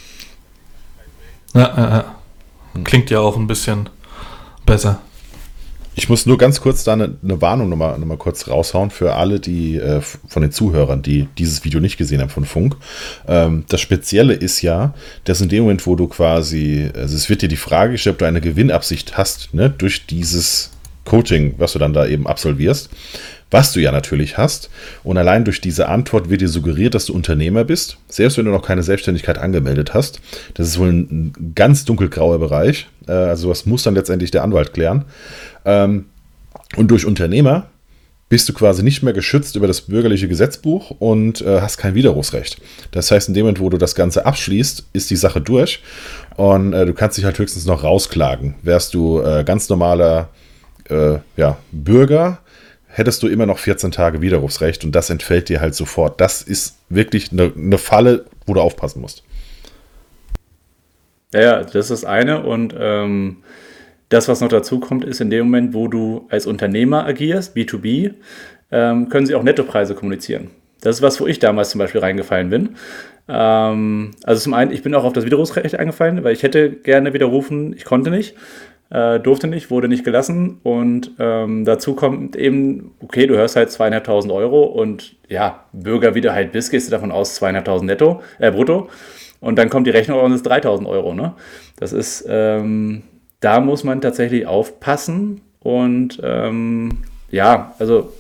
Ja, ja, ja. Klingt ja auch ein bisschen besser. Ich muss nur ganz kurz da eine, eine Warnung nochmal noch mal kurz raushauen für alle, die äh, von den Zuhörern, die dieses Video nicht gesehen haben von Funk. Ähm, das Spezielle ist ja, dass in dem Moment, wo du quasi, also es wird dir die Frage gestellt, ob du eine Gewinnabsicht hast, ne, durch dieses Coaching, was du dann da eben absolvierst, was du ja natürlich hast. Und allein durch diese Antwort wird dir suggeriert, dass du Unternehmer bist, selbst wenn du noch keine Selbstständigkeit angemeldet hast. Das ist wohl ein, ein ganz dunkelgrauer Bereich. Äh, also das muss dann letztendlich der Anwalt klären. Ähm, und durch Unternehmer bist du quasi nicht mehr geschützt über das bürgerliche Gesetzbuch und äh, hast kein Widerrufsrecht. Das heißt, in dem Moment, wo du das Ganze abschließt, ist die Sache durch und äh, du kannst dich halt höchstens noch rausklagen. Wärst du äh, ganz normaler äh, ja, Bürger, hättest du immer noch vierzehn Tage Widerrufsrecht und das entfällt dir halt sofort. Das ist wirklich eine, eine Falle, wo du aufpassen musst. Ja, ja, das ist das eine und ähm, das, was noch dazu kommt, ist in dem Moment, wo du als Unternehmer agierst, B zwei B, ähm, können sie auch Nettopreise kommunizieren. Das ist was, wo ich damals zum Beispiel reingefallen bin. Ähm, also zum einen, ich bin auch auf das Widerrufsrecht eingefallen, weil ich hätte gerne widerrufen, ich konnte nicht. Äh, durfte nicht, wurde nicht gelassen und ähm, dazu kommt eben, okay, du hörst halt zweieinhalbtausend Euro und ja, Bürger, wie du halt bist, gehst du davon aus zweieinhalbtausend netto, äh, brutto und dann kommt die Rechnung und es ist dreitausend Euro, ne? Das ist, ähm, da muss man tatsächlich aufpassen und ähm, ja, also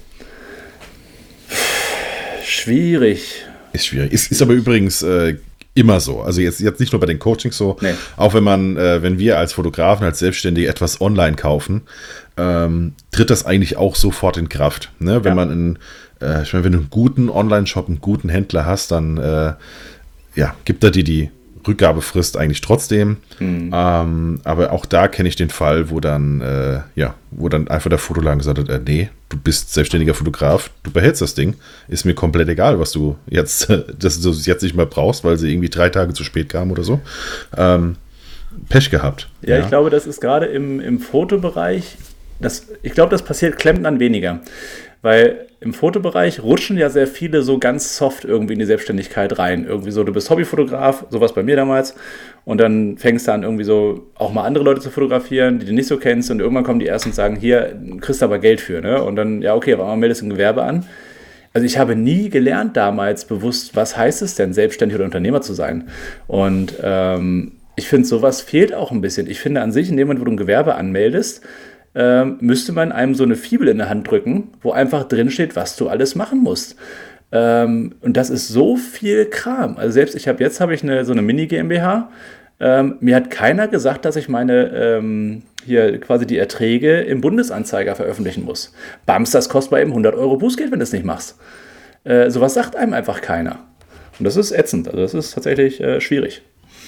schwierig. Ist schwierig, ist, ist aber übrigens äh, immer so. Also jetzt, jetzt nicht nur bei den Coachings so, nee. Auch wenn man, äh, wenn wir als Fotografen, als Selbstständige etwas online kaufen, ähm, tritt das eigentlich auch sofort in Kraft. Ne? Wenn ja. man einen, äh, ich meine, wenn du einen guten Online-Shop, einen guten Händler hast, dann äh, ja, gibt er dir die Rückgabefrist eigentlich trotzdem. Mhm. Ähm, aber auch da kenne ich den Fall, wo dann, äh, ja, wo dann einfach der Fotoladen gesagt hat, äh, nee, du bist selbstständiger Fotograf, du behältst das Ding, ist mir komplett egal, was du jetzt, dass du es jetzt nicht mehr brauchst, weil sie irgendwie drei Tage zu spät kam oder so. Ähm, Pech gehabt. Ja, ja, ich glaube, das ist gerade im, im Fotobereich, das, ich glaube, das passiert Klempnern weniger. Weil im Fotobereich rutschen ja sehr viele so ganz soft irgendwie in die Selbstständigkeit rein. Irgendwie so, du bist Hobbyfotograf, sowas bei mir damals. Und dann fängst du an, irgendwie so auch mal andere Leute zu fotografieren, die du nicht so kennst. Und irgendwann kommen die ersten und sagen, hier, kriegst du aber Geld für, ne? Und dann, ja, okay, aber meldest du ein Gewerbe an. Also ich habe nie gelernt damals bewusst, was heißt es denn, selbstständig oder Unternehmer zu sein. Und ähm, ich finde, sowas fehlt auch ein bisschen. Ich finde an sich, in dem Moment, wo du ein Gewerbe anmeldest, Ähm, müsste man einem so eine Fibel in der Hand drücken, wo einfach drin steht, was du alles machen musst. Ähm, und das ist so viel Kram. Also selbst ich habe jetzt habe ich eine, so eine Mini-GmbH. Ähm, mir hat keiner gesagt, dass ich meine ähm, hier quasi die Erträge im Bundesanzeiger veröffentlichen muss. Bams, das kostet mal eben hundert Euro Bußgeld, wenn du es nicht machst. Äh, sowas sagt einem einfach keiner. Und das ist ätzend. Also das ist tatsächlich äh, schwierig.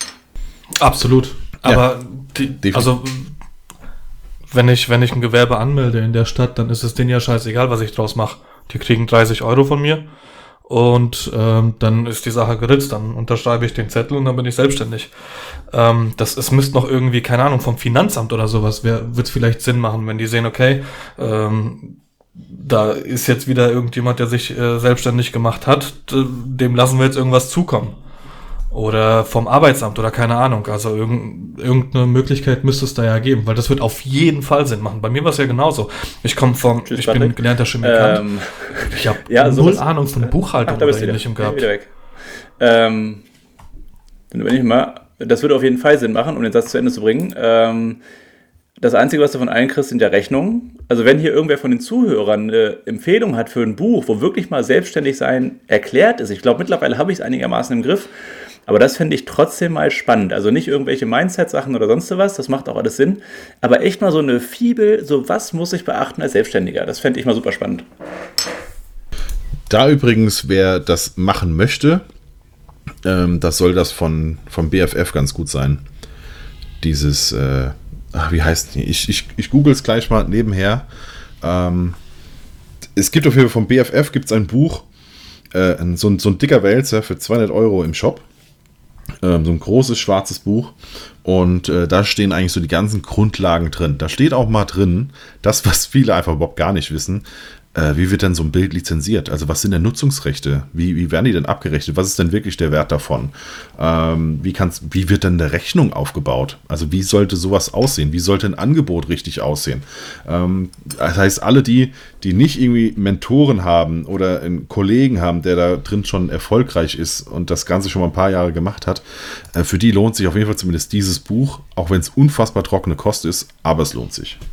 Absolut. Aber ja, die, also Wenn ich, wenn ich ein Gewerbe anmelde in der Stadt, dann ist es denen ja scheißegal, was ich draus mache. Die kriegen dreißig Euro von mir und ähm, dann ist die Sache geritzt. Dann unterschreibe ich den Zettel und dann bin ich selbstständig. Ähm, das, es müsste noch irgendwie, keine Ahnung, vom Finanzamt oder sowas, wird es vielleicht Sinn machen, wenn die sehen, okay, ähm, da ist jetzt wieder irgendjemand, der sich äh, selbstständig gemacht hat, dem lassen wir jetzt irgendwas zukommen. Oder vom Arbeitsamt oder keine Ahnung. Also irgend, irgendeine Möglichkeit müsste es da ja geben, weil das wird auf jeden Fall Sinn machen. Bei mir war es ja genauso. Ich komme vom, Tschüss, ich Patrick. bin gelernter Chemikant. Ähm, ich habe ja, null Ahnung von Buchhaltung Ach, oder ähnlichem gehabt. Wieder weg. Ähm, dann übernehme ich mal. Das würde auf jeden Fall Sinn machen, um den Satz zu Ende zu bringen. Ähm, das Einzige, was du von allen kriegst, sind ja Rechnungen. Also wenn hier irgendwer von den Zuhörern eine Empfehlung hat für ein Buch, wo wirklich mal selbstständig sein erklärt ist, ich glaube, mittlerweile habe ich es einigermaßen im Griff, Aber das finde ich trotzdem mal spannend. Also nicht irgendwelche Mindset-Sachen oder sonst was, das macht auch alles Sinn. Aber echt mal so eine Fibel, so was muss ich beachten als Selbstständiger? Das fände ich mal super spannend. Da übrigens, wer das machen möchte, ähm, das soll das von, vom B F F ganz gut sein. Dieses, äh, ach, wie heißt die? Ich, ich, ich google es gleich mal nebenher. Ähm, es gibt auf jeden Fall vom B F F gibt's ein Buch, äh, so, ein, so ein dicker Wälzer für zweihundert Euro im Shop. Ähm, so ein großes schwarzes Buch. Und äh, da stehen eigentlich so die ganzen Grundlagen drin. Da steht auch mal drin, das, was viele einfach überhaupt gar nicht wissen. Äh, wie wird denn so ein Bild lizenziert? Also was sind denn Nutzungsrechte? Wie, wie werden die denn abgerechnet? Was ist denn wirklich der Wert davon? Ähm, wie, kann's, wie wird denn eine Rechnung aufgebaut? Also wie sollte sowas aussehen? Wie sollte ein Angebot richtig aussehen? Ähm, das heißt, alle die, die nicht irgendwie Mentoren haben oder einen Kollegen haben, der da drin schon erfolgreich ist und das Ganze schon mal ein paar Jahre gemacht hat, äh, für die lohnt sich auf jeden Fall zumindest dieses Buch, auch wenn es unfassbar trockene Kost ist, aber es lohnt sich.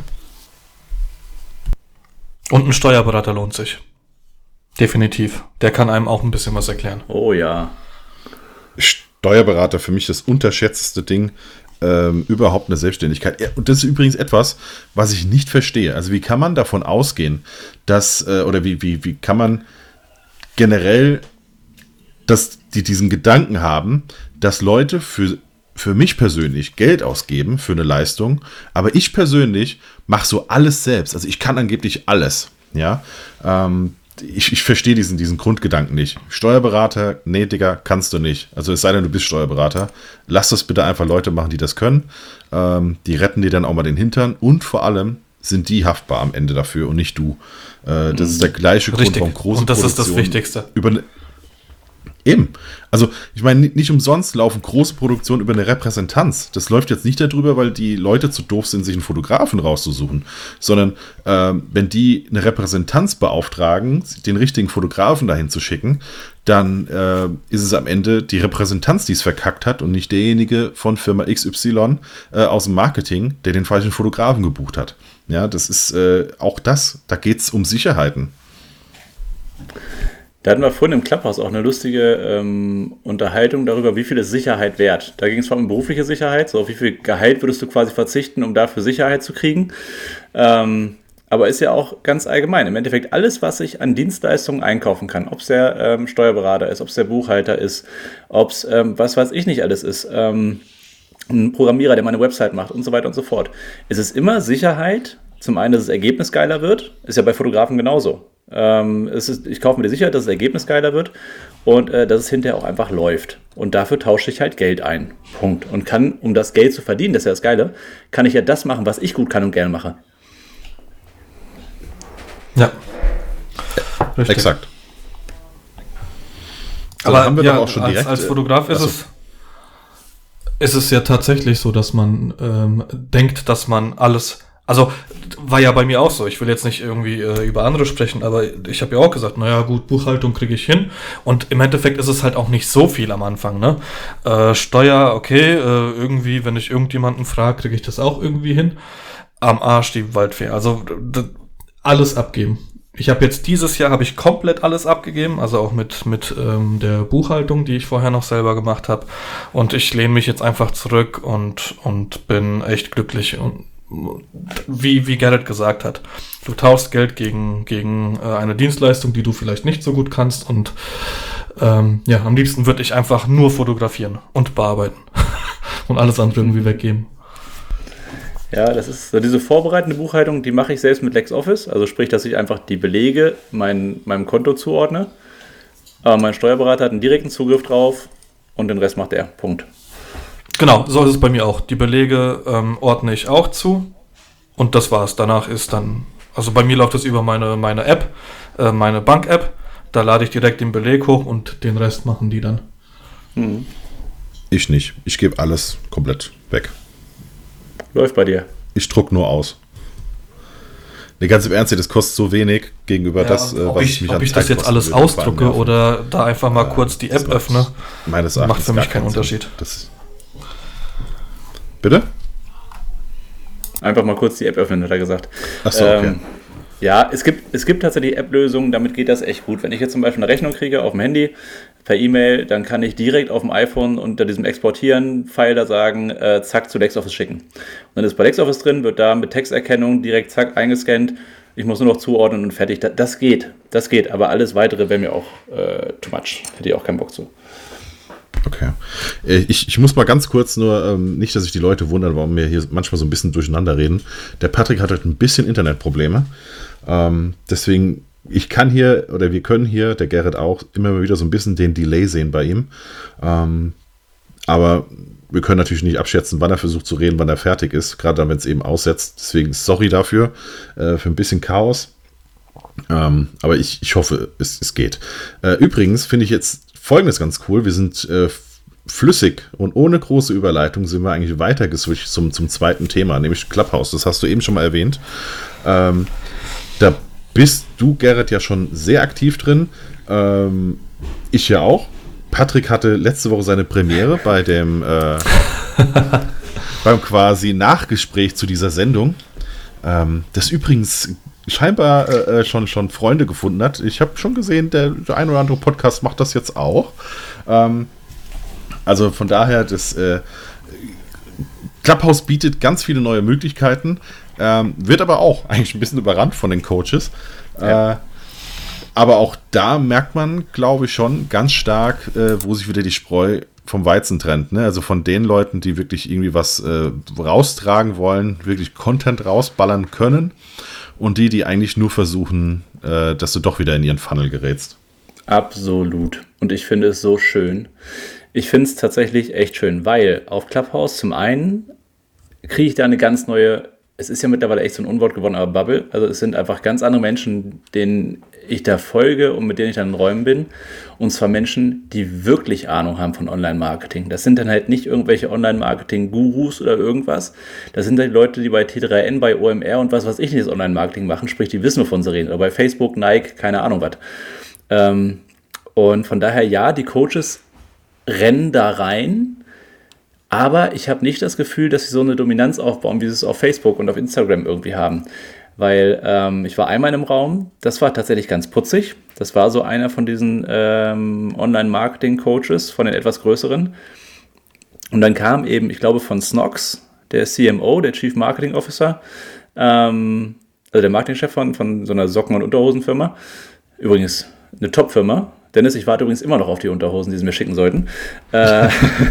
Und ein Steuerberater lohnt sich. Definitiv. Der kann einem auch ein bisschen was erklären. Oh ja. Steuerberater für mich das unterschätzte Ding ähm, überhaupt eine Selbstständigkeit. Ja, und das ist übrigens etwas, was ich nicht verstehe. Also wie kann man davon ausgehen, dass, äh, oder wie, wie, wie kann man generell dass die diesen Gedanken haben, dass Leute für für mich persönlich Geld ausgeben für eine Leistung, aber ich persönlich mache so alles selbst. Also ich kann angeblich alles. Ja, ähm, ich, ich verstehe diesen, diesen Grundgedanken nicht. Steuerberater, nee, Digga, kannst du nicht. Also es sei denn, du bist Steuerberater. Lass das bitte einfach Leute machen, die das können. Ähm, die retten dir dann auch mal den Hintern und vor allem sind die haftbar am Ende dafür und nicht du. Äh, das ist der gleiche Grund, Richtig. warum große Und das ist das Produktionen Wichtigste. Über eine Eben. Also, ich meine, nicht, nicht umsonst laufen große Produktionen über eine Repräsentanz. Das läuft jetzt nicht darüber, weil die Leute zu doof sind, sich einen Fotografen rauszusuchen, sondern ähm, wenn die eine Repräsentanz beauftragen, den richtigen Fotografen dahin zu schicken, dann äh, ist es am Ende die Repräsentanz, die es verkackt hat und nicht derjenige von Firma X Y äh, aus dem Marketing, der den falschen Fotografen gebucht hat. Ja, das ist äh, auch das. Da geht es um Sicherheiten. Da hatten wir vorhin im Clubhouse auch eine lustige ähm, Unterhaltung darüber, wie viel ist Sicherheit wert. Da ging es vor allem um berufliche Sicherheit, so auf wie viel Gehalt würdest du quasi verzichten, um dafür Sicherheit zu kriegen. Ähm, aber ist ja auch ganz allgemein. Im Endeffekt alles, was ich an Dienstleistungen einkaufen kann, ob es der ähm, Steuerberater ist, ob es der Buchhalter ist, ob es ähm, was weiß ich nicht alles ist, ähm, ein Programmierer, der meine Website macht und so weiter und so fort. Es ist immer Sicherheit, zum einen, dass das Ergebnis geiler wird, ist ja bei Fotografen genauso. Ähm, es ist, ich kaufe mir die Sicherheit, dass das Ergebnis geiler wird und äh, dass es hinterher auch einfach läuft. Und dafür tausche ich halt Geld ein. Punkt. Und kann, um das Geld zu verdienen, das ist ja das Geile, kann ich ja das machen, was ich gut kann und gerne mache. Ja. Richtig. Exakt. So, aber haben wir ja, auch schon direkt, als, als Fotograf ist also, es ist es ja tatsächlich so, dass man ähm, denkt, dass man alles, also war ja bei mir auch so, ich will jetzt nicht irgendwie äh, über andere sprechen, aber ich habe ja auch gesagt, naja gut, Buchhaltung kriege ich hin und im Endeffekt ist es halt auch nicht so viel am Anfang, ne? Äh, Steuer, okay, äh, irgendwie, wenn ich irgendjemanden frage, kriege ich das auch irgendwie hin. Am Arsch die Waldfee, also d- alles abgeben. Ich habe jetzt dieses Jahr habe ich komplett alles abgegeben, also auch mit mit ähm, der Buchhaltung, die ich vorher noch selber gemacht habe. Und ich lehne mich jetzt einfach zurück und und bin echt glücklich. Und wie wie Gerrit gesagt hat, du tauschst Geld gegen gegen äh, eine Dienstleistung, die du vielleicht nicht so gut kannst. Und ähm, ja, am liebsten würde ich einfach nur fotografieren und bearbeiten und alles andere irgendwie weggeben. Ja, das ist so diese vorbereitende Buchhaltung, die mache ich selbst mit LexOffice. Also sprich, dass ich einfach die Belege mein, meinem Konto zuordne. Aber mein Steuerberater hat einen direkten Zugriff drauf und den Rest macht er. Punkt. Genau, so ist es bei mir auch. Die Belege ähm, ordne ich auch zu und das war's. Danach ist dann, also bei mir läuft das über meine, meine App, äh, meine Bank-App. Da lade ich direkt den Beleg hoch und den Rest machen die dann. Mhm. Ich nicht. Ich gebe alles komplett weg. Läuft bei dir. Ich druck nur aus. Ne, ganz im Ernst, das kostet so wenig gegenüber ja, das, äh, was ich, ich mich ob an ich Zeit das jetzt kosten alles würde, ausdrucke oder da einfach mal äh, kurz die App öffne, meines Erachtens macht für mich keinen Unterschied. Das Bitte? Einfach mal kurz die App öffnen, hat er gesagt. Ach so, okay. Ähm, ja, es gibt, es gibt tatsächlich App-Lösungen, damit geht das echt gut. Wenn ich jetzt zum Beispiel eine Rechnung kriege auf dem Handy, per E-Mail, dann kann ich direkt auf dem iPhone unter diesem Exportieren-Pfeil da sagen, äh, zack, zu LexOffice schicken. Und dann ist bei LexOffice drin, wird da mit Texterkennung direkt zack eingescannt. Ich muss nur noch zuordnen und fertig. Das, das geht, das geht. Aber alles Weitere wäre mir auch äh, too much. Hätte ich auch keinen Bock zu. Okay. Ich, ich muss mal ganz kurz nur, ähm, nicht, dass sich die Leute wundern, warum wir hier manchmal so ein bisschen durcheinander reden. Der Patrick hat heute ein bisschen Internetprobleme. Ähm, deswegen, ich kann hier, oder wir können hier, der Gerrit auch, immer mal wieder so ein bisschen den Delay sehen bei ihm. Ähm, aber wir können natürlich nicht abschätzen, wann er versucht zu reden, wann er fertig ist, gerade dann, wenn es eben aussetzt. Deswegen sorry dafür, äh, für ein bisschen Chaos. Ähm, aber ich, ich hoffe, es, es geht. Äh, übrigens finde ich jetzt Folgendes ganz cool. Wir sind äh, flüssig und ohne große Überleitung sind wir eigentlich weiter geswitcht zum, zum zweiten Thema, nämlich Clubhouse. Das hast du eben schon mal erwähnt. Ähm, da bist du, Gerrit, ja schon sehr aktiv drin. Ähm, ich ja auch. Patrick hatte letzte Woche seine Premiere bei dem äh, beim quasi Nachgespräch zu dieser Sendung. Ähm, das übrigens scheinbar äh, schon, schon Freunde gefunden hat. Ich habe schon gesehen, der, der ein oder andere Podcast macht das jetzt auch. Ähm, also von daher, das äh, Clubhouse bietet ganz viele neue Möglichkeiten, ähm, wird aber auch eigentlich ein bisschen überrannt von den Coaches. Ja. Äh, aber auch da merkt man, glaube ich, schon ganz stark, äh, wo sich wieder die Spreu vom Weizen trennt. Ne? Also von den Leuten, die wirklich irgendwie was äh, raustragen wollen, wirklich Content rausballern können, und die, die eigentlich nur versuchen, äh, dass du doch wieder in ihren Funnel gerätst. Absolut. Und ich finde es so schön. Ich finde es tatsächlich echt schön, weil auf Clubhouse zum einen kriege ich da eine ganz neue, es ist ja mittlerweile echt so ein Unwort geworden, aber Bubble. Also es sind einfach ganz andere Menschen, denen ich da folge und mit denen ich dann in Räumen bin. Und zwar Menschen, die wirklich Ahnung haben von Online-Marketing. Das sind dann halt nicht irgendwelche Online-Marketing-Gurus oder irgendwas. Das sind halt Leute, die bei T drei N, bei O M R und was weiß ich nicht das Online-Marketing machen. Sprich, die wissen, wovon sie reden. Oder bei Facebook, Nike, keine Ahnung was. Ähm, und von daher, ja, die Coaches rennen da rein. Aber ich habe nicht das Gefühl, dass sie so eine Dominanz aufbauen, wie sie es auf Facebook und auf Instagram irgendwie haben. Weil ähm, ich war einmal in einem Raum, das war tatsächlich ganz putzig. Das war so einer von diesen ähm, Online-Marketing-Coaches, von den etwas größeren. Und dann kam eben, ich glaube von Snox, der C M O, der Chief Marketing Officer, ähm, also der Marketingchef von, von so einer Socken- und Unterhosenfirma. Übrigens eine Top-Firma. Dennis, ich warte übrigens immer noch auf die Unterhosen, die sie mir schicken sollten. Äh,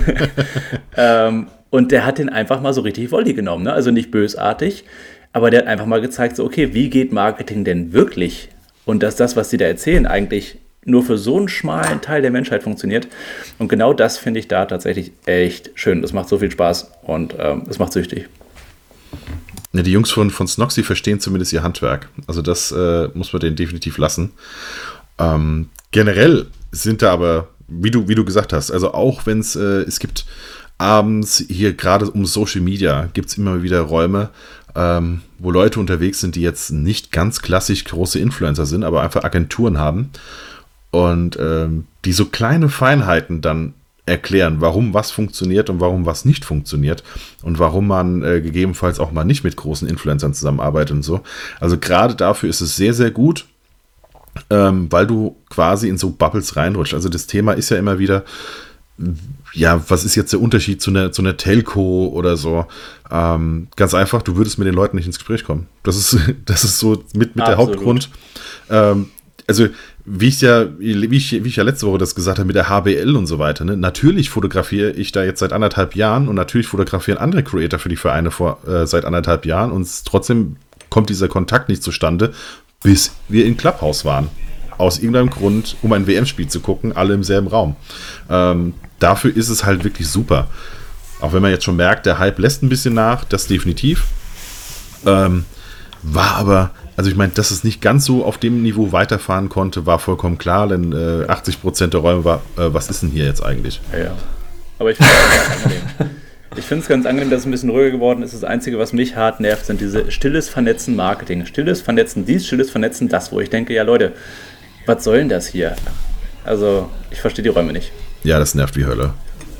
ähm, und der hat den einfach mal so richtig Volley genommen. Ne? Also nicht bösartig, aber der hat einfach mal gezeigt, so okay, wie geht Marketing denn wirklich? Und dass das, was sie da erzählen, eigentlich nur für so einen schmalen Teil der Menschheit funktioniert. Und genau das finde ich da tatsächlich echt schön. Das macht so viel Spaß und ähm, es macht süchtig. Ja, die Jungs von, von Snox, die verstehen zumindest ihr Handwerk. Also das äh, muss man denen definitiv lassen. Ähm, generell sind da aber, wie du, wie du gesagt hast, also auch wenn es, äh, es gibt abends hier gerade um Social Media, gibt es immer wieder Räume, ähm, wo Leute unterwegs sind, die jetzt nicht ganz klassisch große Influencer sind, aber einfach Agenturen haben und ähm, die so kleine Feinheiten dann erklären, warum was funktioniert und warum was nicht funktioniert und warum man äh, gegebenenfalls auch mal nicht mit großen Influencern zusammenarbeitet und so. Also gerade dafür ist es sehr, sehr gut, ähm, weil du quasi in so Bubbles reinrutscht. Also das Thema ist ja immer wieder, ja, was ist jetzt der Unterschied zu einer, zu einer Telco oder so? Ähm, ganz einfach, du würdest mit den Leuten nicht ins Gespräch kommen. Das ist, das ist so mit, mit der Hauptgrund. Ähm, also, wie ich ja, wie ich, wie ich ja letzte Woche das gesagt habe mit der H B L und so weiter, ne? Natürlich fotografiere ich da jetzt seit anderthalb Jahren und natürlich fotografieren andere Creator für die Vereine vor, äh, seit anderthalb Jahren und trotzdem kommt dieser Kontakt nicht zustande, bis wir in Clubhouse waren. Aus irgendeinem Grund, um ein W M-Spiel zu gucken, alle im selben Raum. Ähm, dafür ist es halt wirklich super. Auch wenn man jetzt schon merkt, der Hype lässt ein bisschen nach, das definitiv. Ähm, war aber, also ich meine, dass es nicht ganz so auf dem Niveau weiterfahren konnte, war vollkommen klar, denn äh, achtzig Prozent der Räume war, äh, was ist denn hier jetzt eigentlich? Ja, ja. Aber ich finde es ganz angenehm. Ich finde es ganz angenehm, dass es ein bisschen ruhiger geworden ist. Das Einzige, was mich hart nervt, sind diese stilles Vernetzen Marketing. Stilles Vernetzen dies, stilles Vernetzen das, wo ich denke, ja Leute, was soll denn das hier? Also, ich verstehe die Räume nicht. Ja, das nervt wie Hölle.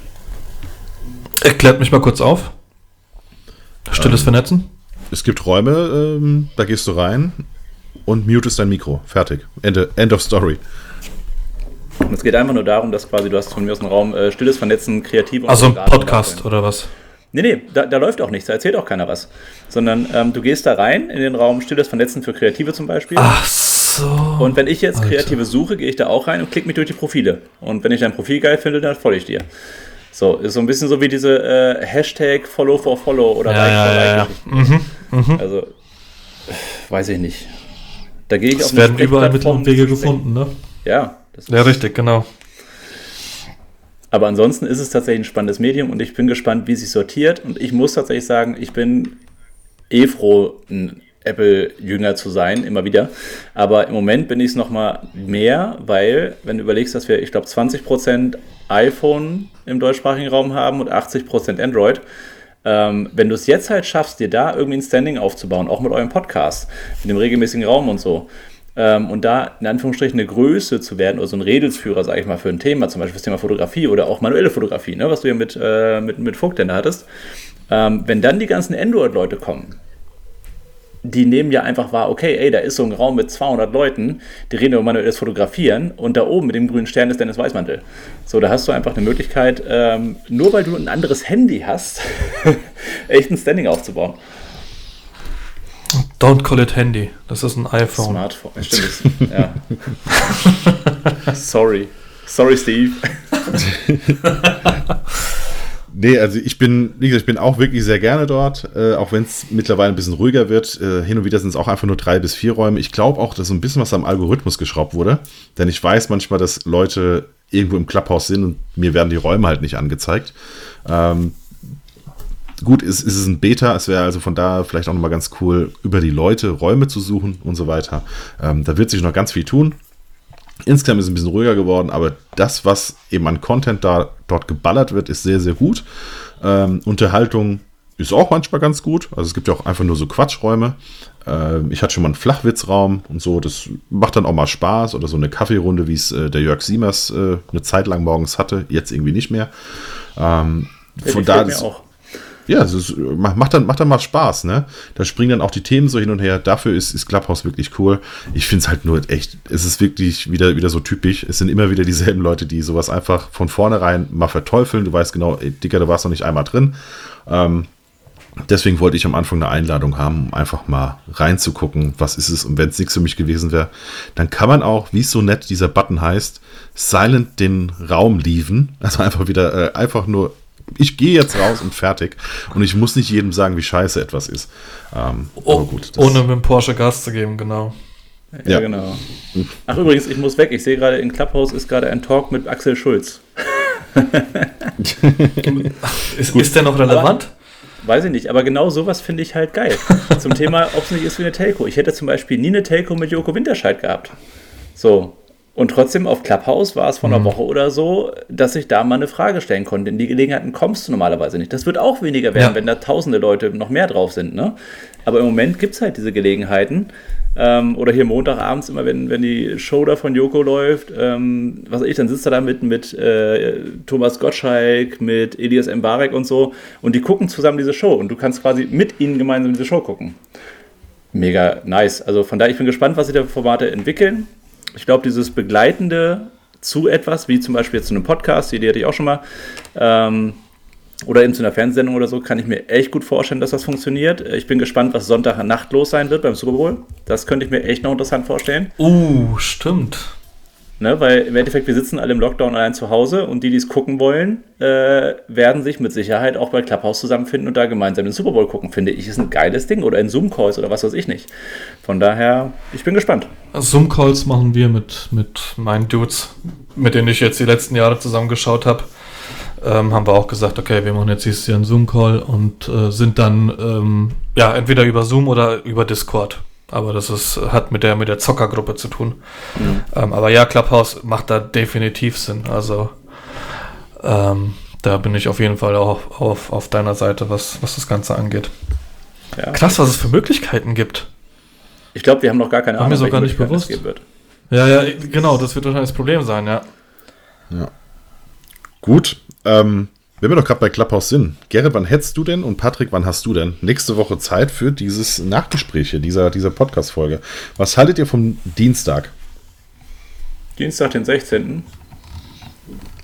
Erklärt mich mal kurz auf. Stilles ähm, Vernetzen? Es gibt Räume, ähm, da gehst du rein und mutest dein Mikro. Fertig. Ende, end of story. Und es geht einfach nur darum, dass quasi, du hast von mir aus einen Raum äh, stilles Vernetzen, kreativ und also ein Podcast oder was? Nee, nee, da, da läuft auch nichts, da erzählt auch keiner was. Sondern ähm, du gehst da rein in den Raum stilles Vernetzen für Kreative zum Beispiel. Ach so. Und wenn ich jetzt Alter. Kreative suche, gehe ich da auch rein und klicke mich durch die Profile. Und wenn ich dein Profil geil finde, dann folge ich dir. So, ist so ein bisschen so wie diese äh, Hashtag Follow for Follow oder ja, Like ja, for Like. Ja, ja. Mhm, mhm. Also, weiß ich nicht. Da gehe ich es auf werden überall Mittel und Wege gefunden, ne? Ja. Das ja, richtig, genau. Aber ansonsten ist es tatsächlich ein spannendes Medium und ich bin gespannt, wie sich sortiert. Und ich muss tatsächlich sagen, ich bin eh froh, ein Apple-Jünger zu sein, immer wieder. Aber im Moment bin ich es nochmal mehr, weil, wenn du überlegst, dass wir, ich glaube, zwanzig Prozent iPhone im deutschsprachigen Raum haben und achtzig Prozent Android, ähm, wenn du es jetzt halt schaffst, dir da irgendwie ein Standing aufzubauen, auch mit eurem Podcast, mit dem regelmäßigen Raum und so, ähm, und da in Anführungsstrichen eine Größe zu werden oder so ein Redelsführer, sage ich mal, für ein Thema, zum Beispiel das Thema Fotografie oder auch manuelle Fotografie, ne, was du ja mit, äh, mit, mit Vogt denn da hattest, ähm, wenn dann die ganzen Android-Leute kommen, die nehmen ja einfach wahr, okay, ey, da ist so ein Raum mit zweihundert Leuten, die reden über manuelles Fotografieren und da oben mit dem grünen Stern ist Dennis Weißmantel. So, da hast du einfach eine Möglichkeit, ähm, nur weil du ein anderes Handy hast, echt ein Standing aufzubauen. Don't call it Handy, das ist ein iPhone. Smartphone, stimmt. Ja. Sorry. Sorry, Steve. Nee, also ich bin, wie gesagt, ich bin auch wirklich sehr gerne dort, äh, auch wenn es mittlerweile ein bisschen ruhiger wird. Äh, hin und wieder sind es auch einfach nur drei bis vier Räume. Ich glaube auch, dass so ein bisschen was am Algorithmus geschraubt wurde, denn ich weiß manchmal, dass Leute irgendwo im Clubhouse sind und mir werden die Räume halt nicht angezeigt. Ähm, gut, ist, ist es ein Beta, es wäre also von da vielleicht auch nochmal ganz cool, über die Leute Räume zu suchen und so weiter. Ähm, da wird sich noch ganz viel tun. Insgesamt ist es ein bisschen ruhiger geworden, aber das, was eben an Content da dort geballert wird, ist sehr, sehr gut. Ähm, Unterhaltung ist auch manchmal ganz gut. Also es gibt ja auch einfach nur so Quatschräume. Ähm, ich hatte schon mal einen Flachwitzraum und so. Das macht dann auch mal Spaß. Oder so eine Kaffeerunde, wie es äh, der Jörg Siemers äh, eine Zeit lang morgens hatte. Jetzt irgendwie nicht mehr. Ähm, ja, von da ist auch. Ja, es ist, macht, dann, macht dann mal Spaß, ne? Da springen dann auch die Themen so hin und her. Dafür ist, ist Clubhouse wirklich cool. Ich finde es halt nur echt, es ist wirklich wieder, wieder so typisch. Es sind immer wieder dieselben Leute, die sowas einfach von vornherein mal verteufeln. Du weißt genau, ey, Dicker, du warst noch nicht einmal drin. Ähm, deswegen wollte ich am Anfang eine Einladung haben, um einfach mal reinzugucken, was ist es. Und wenn es nichts für mich gewesen wäre, dann kann man auch, wie es so nett dieser Button heißt, silent den Raum leaven. Also einfach wieder, äh, einfach nur ich gehe jetzt raus und fertig. Und ich muss nicht jedem sagen, wie scheiße etwas ist. Ähm, oh, aber gut, ohne mit dem Porsche Gas zu geben, genau. Ja, ja, genau. Ach, übrigens, ich muss weg. Ich sehe gerade, in Clubhouse ist gerade ein Talk mit Axel Schulz. ist, ist der noch relevant? Aber, weiß ich nicht, aber genau sowas finde ich halt geil. Zum Thema, ob es nicht ist wie eine Telco. Ich hätte zum Beispiel nie eine Telco mit Joko Winterscheid gehabt. So. Und trotzdem auf Clubhouse war es vor einer Woche oder so, dass ich da mal eine Frage stellen konnte. In die Gelegenheiten kommst du normalerweise nicht. Das wird auch weniger werden, ja, wenn da tausende Leute noch mehr drauf sind. Ne? Aber im Moment gibt es halt diese Gelegenheiten. Ähm, oder hier Montagabends immer, wenn, wenn die Show da von Joko läuft, ähm, was weiß ich, dann sitzt er da mit, mit äh, Thomas Gottschalk, mit Elias Mbarek und so. Und die gucken zusammen diese Show. Und du kannst quasi mit ihnen gemeinsam diese Show gucken. Mega nice. Also von daher, ich bin gespannt, was sich da für Formate entwickeln. Ich glaube, dieses Begleitende zu etwas, wie zum Beispiel jetzt zu einem Podcast, die Idee hatte ich auch schon mal, ähm, oder eben zu einer Fernsehsendung oder so, kann ich mir echt gut vorstellen, dass das funktioniert. Ich bin gespannt, was Sonntagnacht los sein wird beim Super Bowl. Das könnte ich mir echt noch interessant vorstellen. Uh, stimmt. Ne, weil im Endeffekt, wir sitzen alle im Lockdown allein zu Hause und die, die es gucken wollen, äh, werden sich mit Sicherheit auch bei Clubhouse zusammenfinden und da gemeinsam den Super Bowl gucken. Finde ich, ist ein geiles Ding. Oder in Zoom-Calls oder was weiß ich nicht. Von daher, ich bin gespannt. Zoom-Calls machen wir mit, mit meinen Dudes, mit denen ich jetzt die letzten Jahre zusammengeschaut habe. Ähm, haben wir auch gesagt, okay, wir machen jetzt dieses Jahr einen Zoom-Call und äh, sind dann ähm, ja entweder über Zoom oder über Discord. Aber das ist, hat mit der, mit der Zockergruppe zu tun. Mhm. Ähm, aber ja, Clubhouse macht da definitiv Sinn. Also ähm, da bin ich auf jeden Fall auch auf, auf deiner Seite, was, was das Ganze angeht. Ja. Krass, was es für Möglichkeiten gibt. Ich glaube, wir haben noch gar keine Ahnung, mir so gar nicht bewusst. Wird. Ja, ja, genau, das wird wahrscheinlich das Problem sein, ja. Ja. Gut, ähm, wenn wir doch gerade bei Clubhouse sind, Gerrit, wann hättest du denn und Patrick, wann hast du denn nächste Woche Zeit für dieses Nachgespräch hier, dieser, dieser Podcast-Folge? Was haltet ihr vom Dienstag? Dienstag, den sechzehnten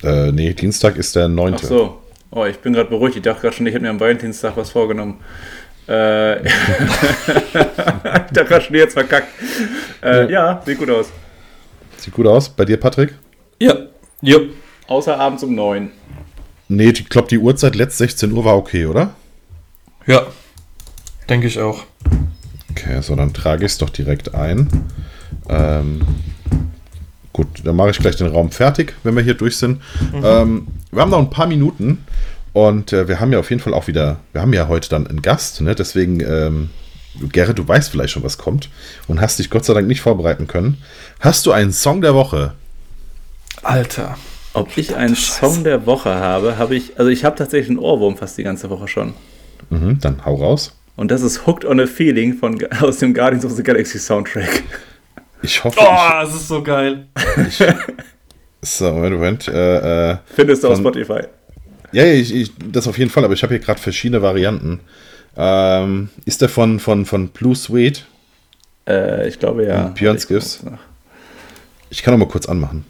Äh, nee, Dienstag ist der neunte. Ach so. Oh, ich bin gerade beruhigt. Ich dachte gerade schon, ich hätte mir am Valentinstag was vorgenommen. Äh, ich dachte gerade schon, jetzt verkackt. Äh, ja. ja, sieht gut aus. Sieht gut aus. Bei dir, Patrick? Ja. Ja. Außer abends um neun. Nee, ich glaube, die Uhrzeit letzt sechzehn Uhr war okay, oder? Ja. Denke ich auch. Okay, so, dann trage ich es doch direkt ein. Ähm, gut, dann mache ich gleich den Raum fertig, wenn wir hier durch sind. Mhm. Ähm, wir haben noch ein paar Minuten und äh, wir haben ja auf jeden Fall auch wieder, wir haben ja heute dann einen Gast, ne? Deswegen, ähm, Gerrit, du weißt vielleicht schon, was kommt und hast dich Gott sei Dank nicht vorbereiten können. Hast du einen Song der Woche? Alter. Ob ich einen Song der Woche habe, habe ich, also ich habe tatsächlich einen Ohrwurm fast die ganze Woche schon. Mhm, dann hau raus. Und das ist Hooked on a Feeling von, aus dem Guardians of the Galaxy Soundtrack. Ich hoffe. Oh, das ist so geil. Ich, so, Moment, Moment. Äh, äh, Findest du von, auf Spotify? Ja, ich, ich, das auf jeden Fall, aber ich habe hier gerade verschiedene Varianten. Ähm, ist der von, von, von Blue Suede? Äh, ich glaube ja. Björn's Gifts. Ich kann noch mal kurz anmachen.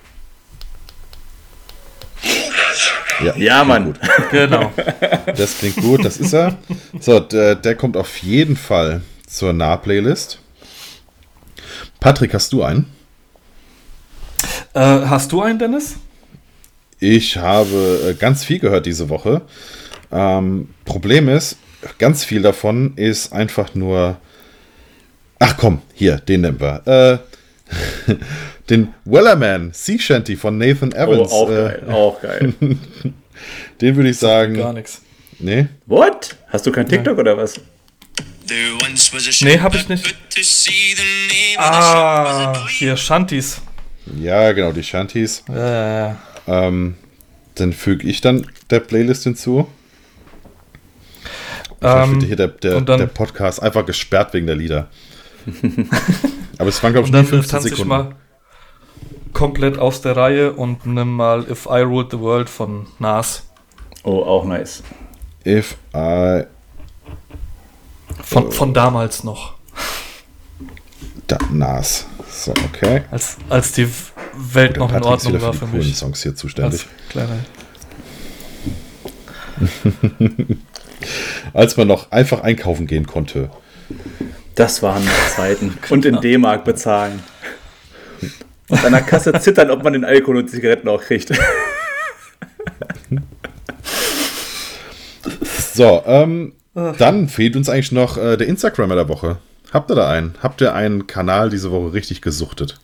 Ja, ja Mann. Gut. Genau. Das klingt gut, das ist er. So, der, der kommt auf jeden Fall zur Nah-Playlist. Patrick, hast du einen? Äh, hast du einen, Dennis? Ich habe äh, ganz viel gehört diese Woche. Ähm, Problem ist, ganz viel davon ist einfach nur... Ach komm, hier, den nehmen wir. Äh, den Wellerman Sea Shanty von Nathan Evans. Oh, auch äh, geil, auch geil. Den würde ich sagen... Gar nichts. Nee? What? Hast du kein TikTok oder was? Nee, hab ich nicht. Ah, hier, Shanties. Ja, genau, die Shanties. Ja, ja, ja. Ähm, dann füge ich dann der Playlist hinzu. Ähm, wird hier der, der, und dann, der Podcast einfach gesperrt wegen der Lieder. Aber es waren, glaube ich, und nur dann fünfzehn tanze ich Sekunden. mal komplett aus der Reihe und nimm mal If I Ruled the World von Nas. Oh, auch nice. If I... Von, von damals noch. Da, Nas. So, okay. Als, als die Welt Der noch in Patrick ist Ordnung wieder war für für die coolen mich. Songs hier zuständig. Als kleiner. Als man noch einfach einkaufen gehen konnte. Das waren noch Zeiten. Und in D-Mark bezahlen. Und an der Kasse zittern, ob man den Alkohol und Zigaretten auch kriegt. So, ähm, dann fehlt uns eigentlich noch äh, der Instagrammer der Woche. Habt ihr da einen? Habt ihr einen Kanal diese Woche richtig gesuchtet?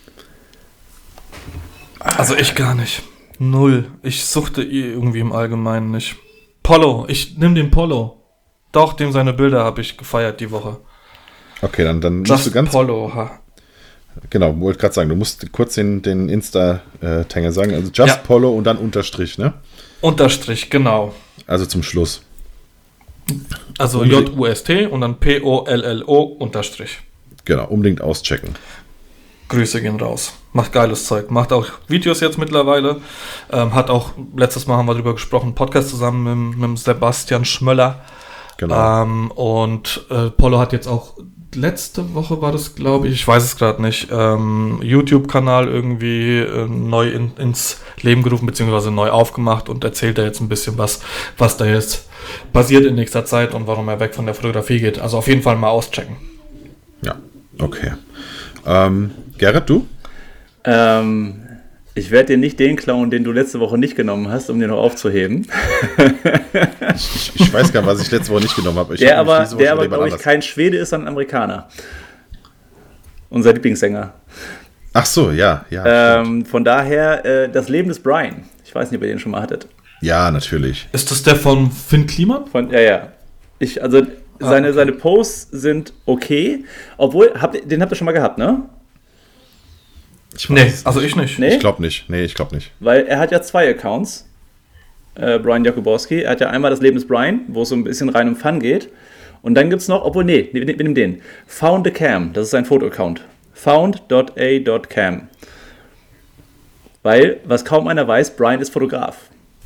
Also ich gar nicht. Null. Ich suchte irgendwie im Allgemeinen nicht. Polo. Ich nimm den Polo. Doch, dem seine Bilder habe ich gefeiert die Woche. Okay, dann, dann musst Just du ganz... Polo. Ha. Genau, wollte gerade sagen, du musst kurz den, den Insta-Tanger sagen. Also Just Ja. Polo und dann Unterstrich, ne? Unterstrich, genau. Also zum Schluss. Also Unbedingt. J U S T und dann P O L L O Unterstrich. Genau, unbedingt auschecken. Grüße gehen raus. Macht geiles Zeug. Macht auch Videos jetzt mittlerweile. Ähm, hat auch, letztes Mal haben wir darüber gesprochen, Podcast zusammen mit, mit dem Sebastian Schmöller. Genau. Ähm, und äh, Polo hat jetzt auch, letzte Woche war das, glaube ich, ich weiß es gerade nicht, ähm, YouTube-Kanal irgendwie äh, neu in, ins Leben gerufen, beziehungsweise neu aufgemacht und erzählt da jetzt ein bisschen was, was da jetzt passiert in nächster Zeit und warum er weg von der Fotografie geht. Also auf jeden Fall mal auschecken. Ja, okay. Ähm, Gerrit, du? Ähm, ich werde dir nicht den klauen, den du letzte Woche nicht genommen hast, um den noch aufzuheben. Ich, ich weiß gar nicht, was ich letzte Woche nicht genommen habe. Ich der hab mich aber, diese Woche der schon aber jemand glaube ich, anders- kein Schwede ist, sondern ein Amerikaner. Unser Lieblingssänger. Ach so, ja, ja. stimmt. Ähm, von daher, äh, das Leben des Brian. Ich weiß nicht, ob ihr den schon mal hattet. Ja, natürlich. Ist das der von Finn Kliman? Von, ja, ja. Ich, also, seine, okay. seine Posts sind okay. Obwohl, habt, ihr- den habt ihr schon mal gehabt, ne? Ich Nee, weiß es also nicht. ich nicht. Nee? Ich glaube nicht. Nee, ich glaube nicht. Weil er hat ja zwei Accounts. Äh, Brian Jakubowski. Er hat ja einmal das Leben des Brian, wo es so ein bisschen rein um Fun geht. Und dann gibt es noch, obwohl, nee, wir wir nehmen den. Found a Cam, das ist sein Foto-Account. found dot a dot cam. Weil, was kaum einer weiß, Brian ist Fotograf.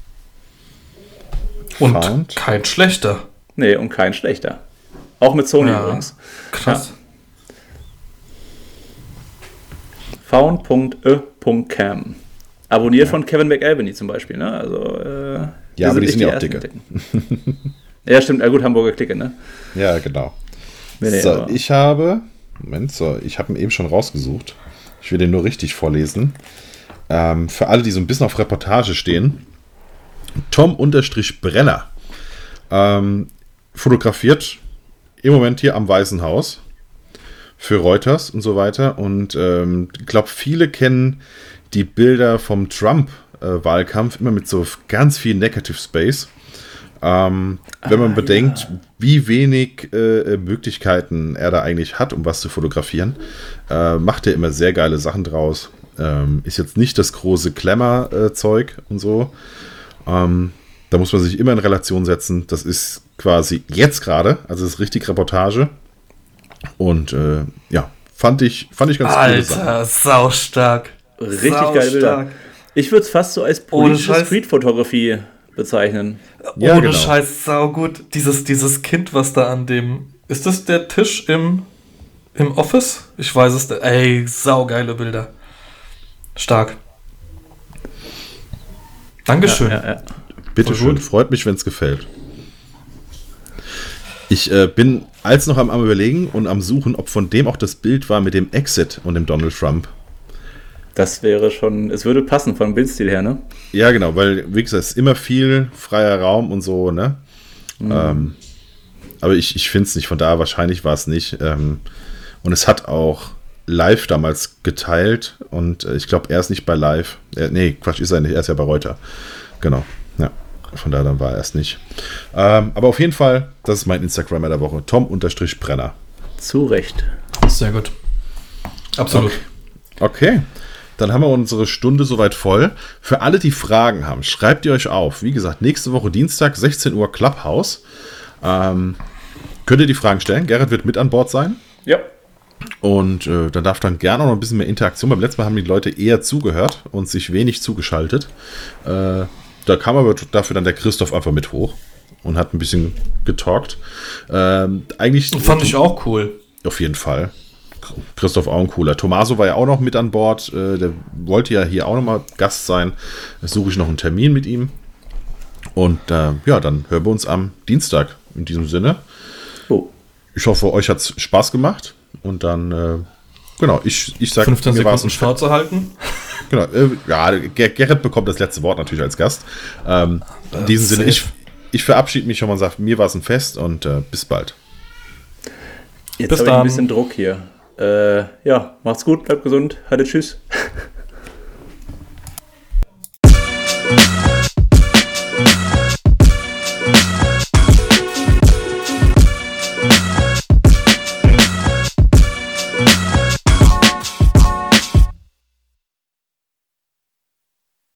Und Found. kein schlechter. Nee, und kein schlechter. Auch mit Sony Ja. übrigens. Krass. found dot a dot cam. Abonniert ja. von Kevin McAlbany zum Beispiel, ne? Also, äh, ja, aber die sind ja auch dicke. Ja, stimmt. Ja, gut, Hamburger Clique, ne? Ja, genau. Nee, so, aber. ich habe, Moment, so, ich habe ihn eben schon rausgesucht. Ich will den nur richtig vorlesen. Ähm, für alle, die so ein bisschen auf Reportage stehen. Tom-Brenner ähm, fotografiert im Moment hier am Weißen Haus für Reuters und so weiter. Und ähm, ich glaube, viele kennen die Bilder vom Trump-Wahlkampf äh, immer mit so ganz viel Negative Space. Ähm, wenn man ah, bedenkt, ja. wie wenig äh, Möglichkeiten er da eigentlich hat, um was zu fotografieren, äh, macht er immer sehr geile Sachen draus. Ähm, ist jetzt nicht das große Glamour-Zeug und so. Ähm, da muss man sich immer in Relation setzen. Das ist quasi jetzt gerade, also das ist richtig Reportage. Und äh, ja, fand ich, fand ich ganz cool. Alter, saustark. Richtig geile Bilder. Ich würde es fast so als politische Street-Fotografie bezeichnen. Ja, ohne genau. Scheiß, saugut. Dieses, dieses Kind, was da an dem... Ist das der Tisch im, im Office? Ich weiß es. Ey, saugeile Bilder. Stark. Dankeschön. Ja, ja, ja. Bitteschön, freut mich, wenn es gefällt. Ich äh, bin als noch am, am Überlegen und am Suchen, ob von dem auch das Bild war mit dem Exit und dem Donald Trump. Das wäre schon, es würde passen vom Bildstil her, ne? Ja, genau, weil, wie gesagt, es ist immer viel freier Raum und so, ne? Mhm. Ähm, aber ich, ich finde es nicht, von daher wahrscheinlich war es nicht. Ähm, und es hat auch Live damals geteilt und äh, ich glaube, er ist nicht bei Live. Äh, nee, Quatsch, ist er nicht, er ist ja bei Reuters. Genau, ja. Von daher dann war er es nicht. Ähm, aber auf jeden Fall, das ist mein Instagrammer der Woche. Tom-Brenner. Zu Recht. Sehr gut. Absolut. Okay. okay. Dann haben wir unsere Stunde soweit voll. Für alle, die Fragen haben, schreibt ihr euch auf. Wie gesagt, nächste Woche Dienstag, sechzehn Uhr Clubhouse. Ähm, könnt ihr die Fragen stellen. Gerrit wird mit an Bord sein. Ja. Und äh, dann darf dann gerne auch noch ein bisschen mehr Interaktion. Beim letzten Mal haben die Leute eher zugehört und sich wenig zugeschaltet. Äh, da kam aber dafür dann der Christoph einfach mit hoch und hat ein bisschen getalkt. Ähm, eigentlich fand ich auch cool. Auf jeden Fall. Christoph auch ein cooler. Tomaso war ja auch noch mit an Bord. Äh, der wollte ja hier auch noch mal Gast sein. Jetzt suche ich noch einen Termin mit ihm. Und äh, ja, dann hören wir uns am Dienstag. In diesem Sinne. Oh. Ich hoffe, euch hat es Spaß gemacht. Und dann, äh, genau, ich, ich sage, fünfzehn Sekunden Schnauze halten. Genau, äh, ja, Ger- Gerrit bekommt das letzte Wort natürlich als Gast. Ähm, in diesem äh, Sinne, ich, ich verabschiede mich schon mal und sage, mir war es ein Fest und äh, bis bald. Jetzt habe ich ein bisschen Druck hier. Äh, ja, macht's gut, bleibt gesund, hatte tschüss.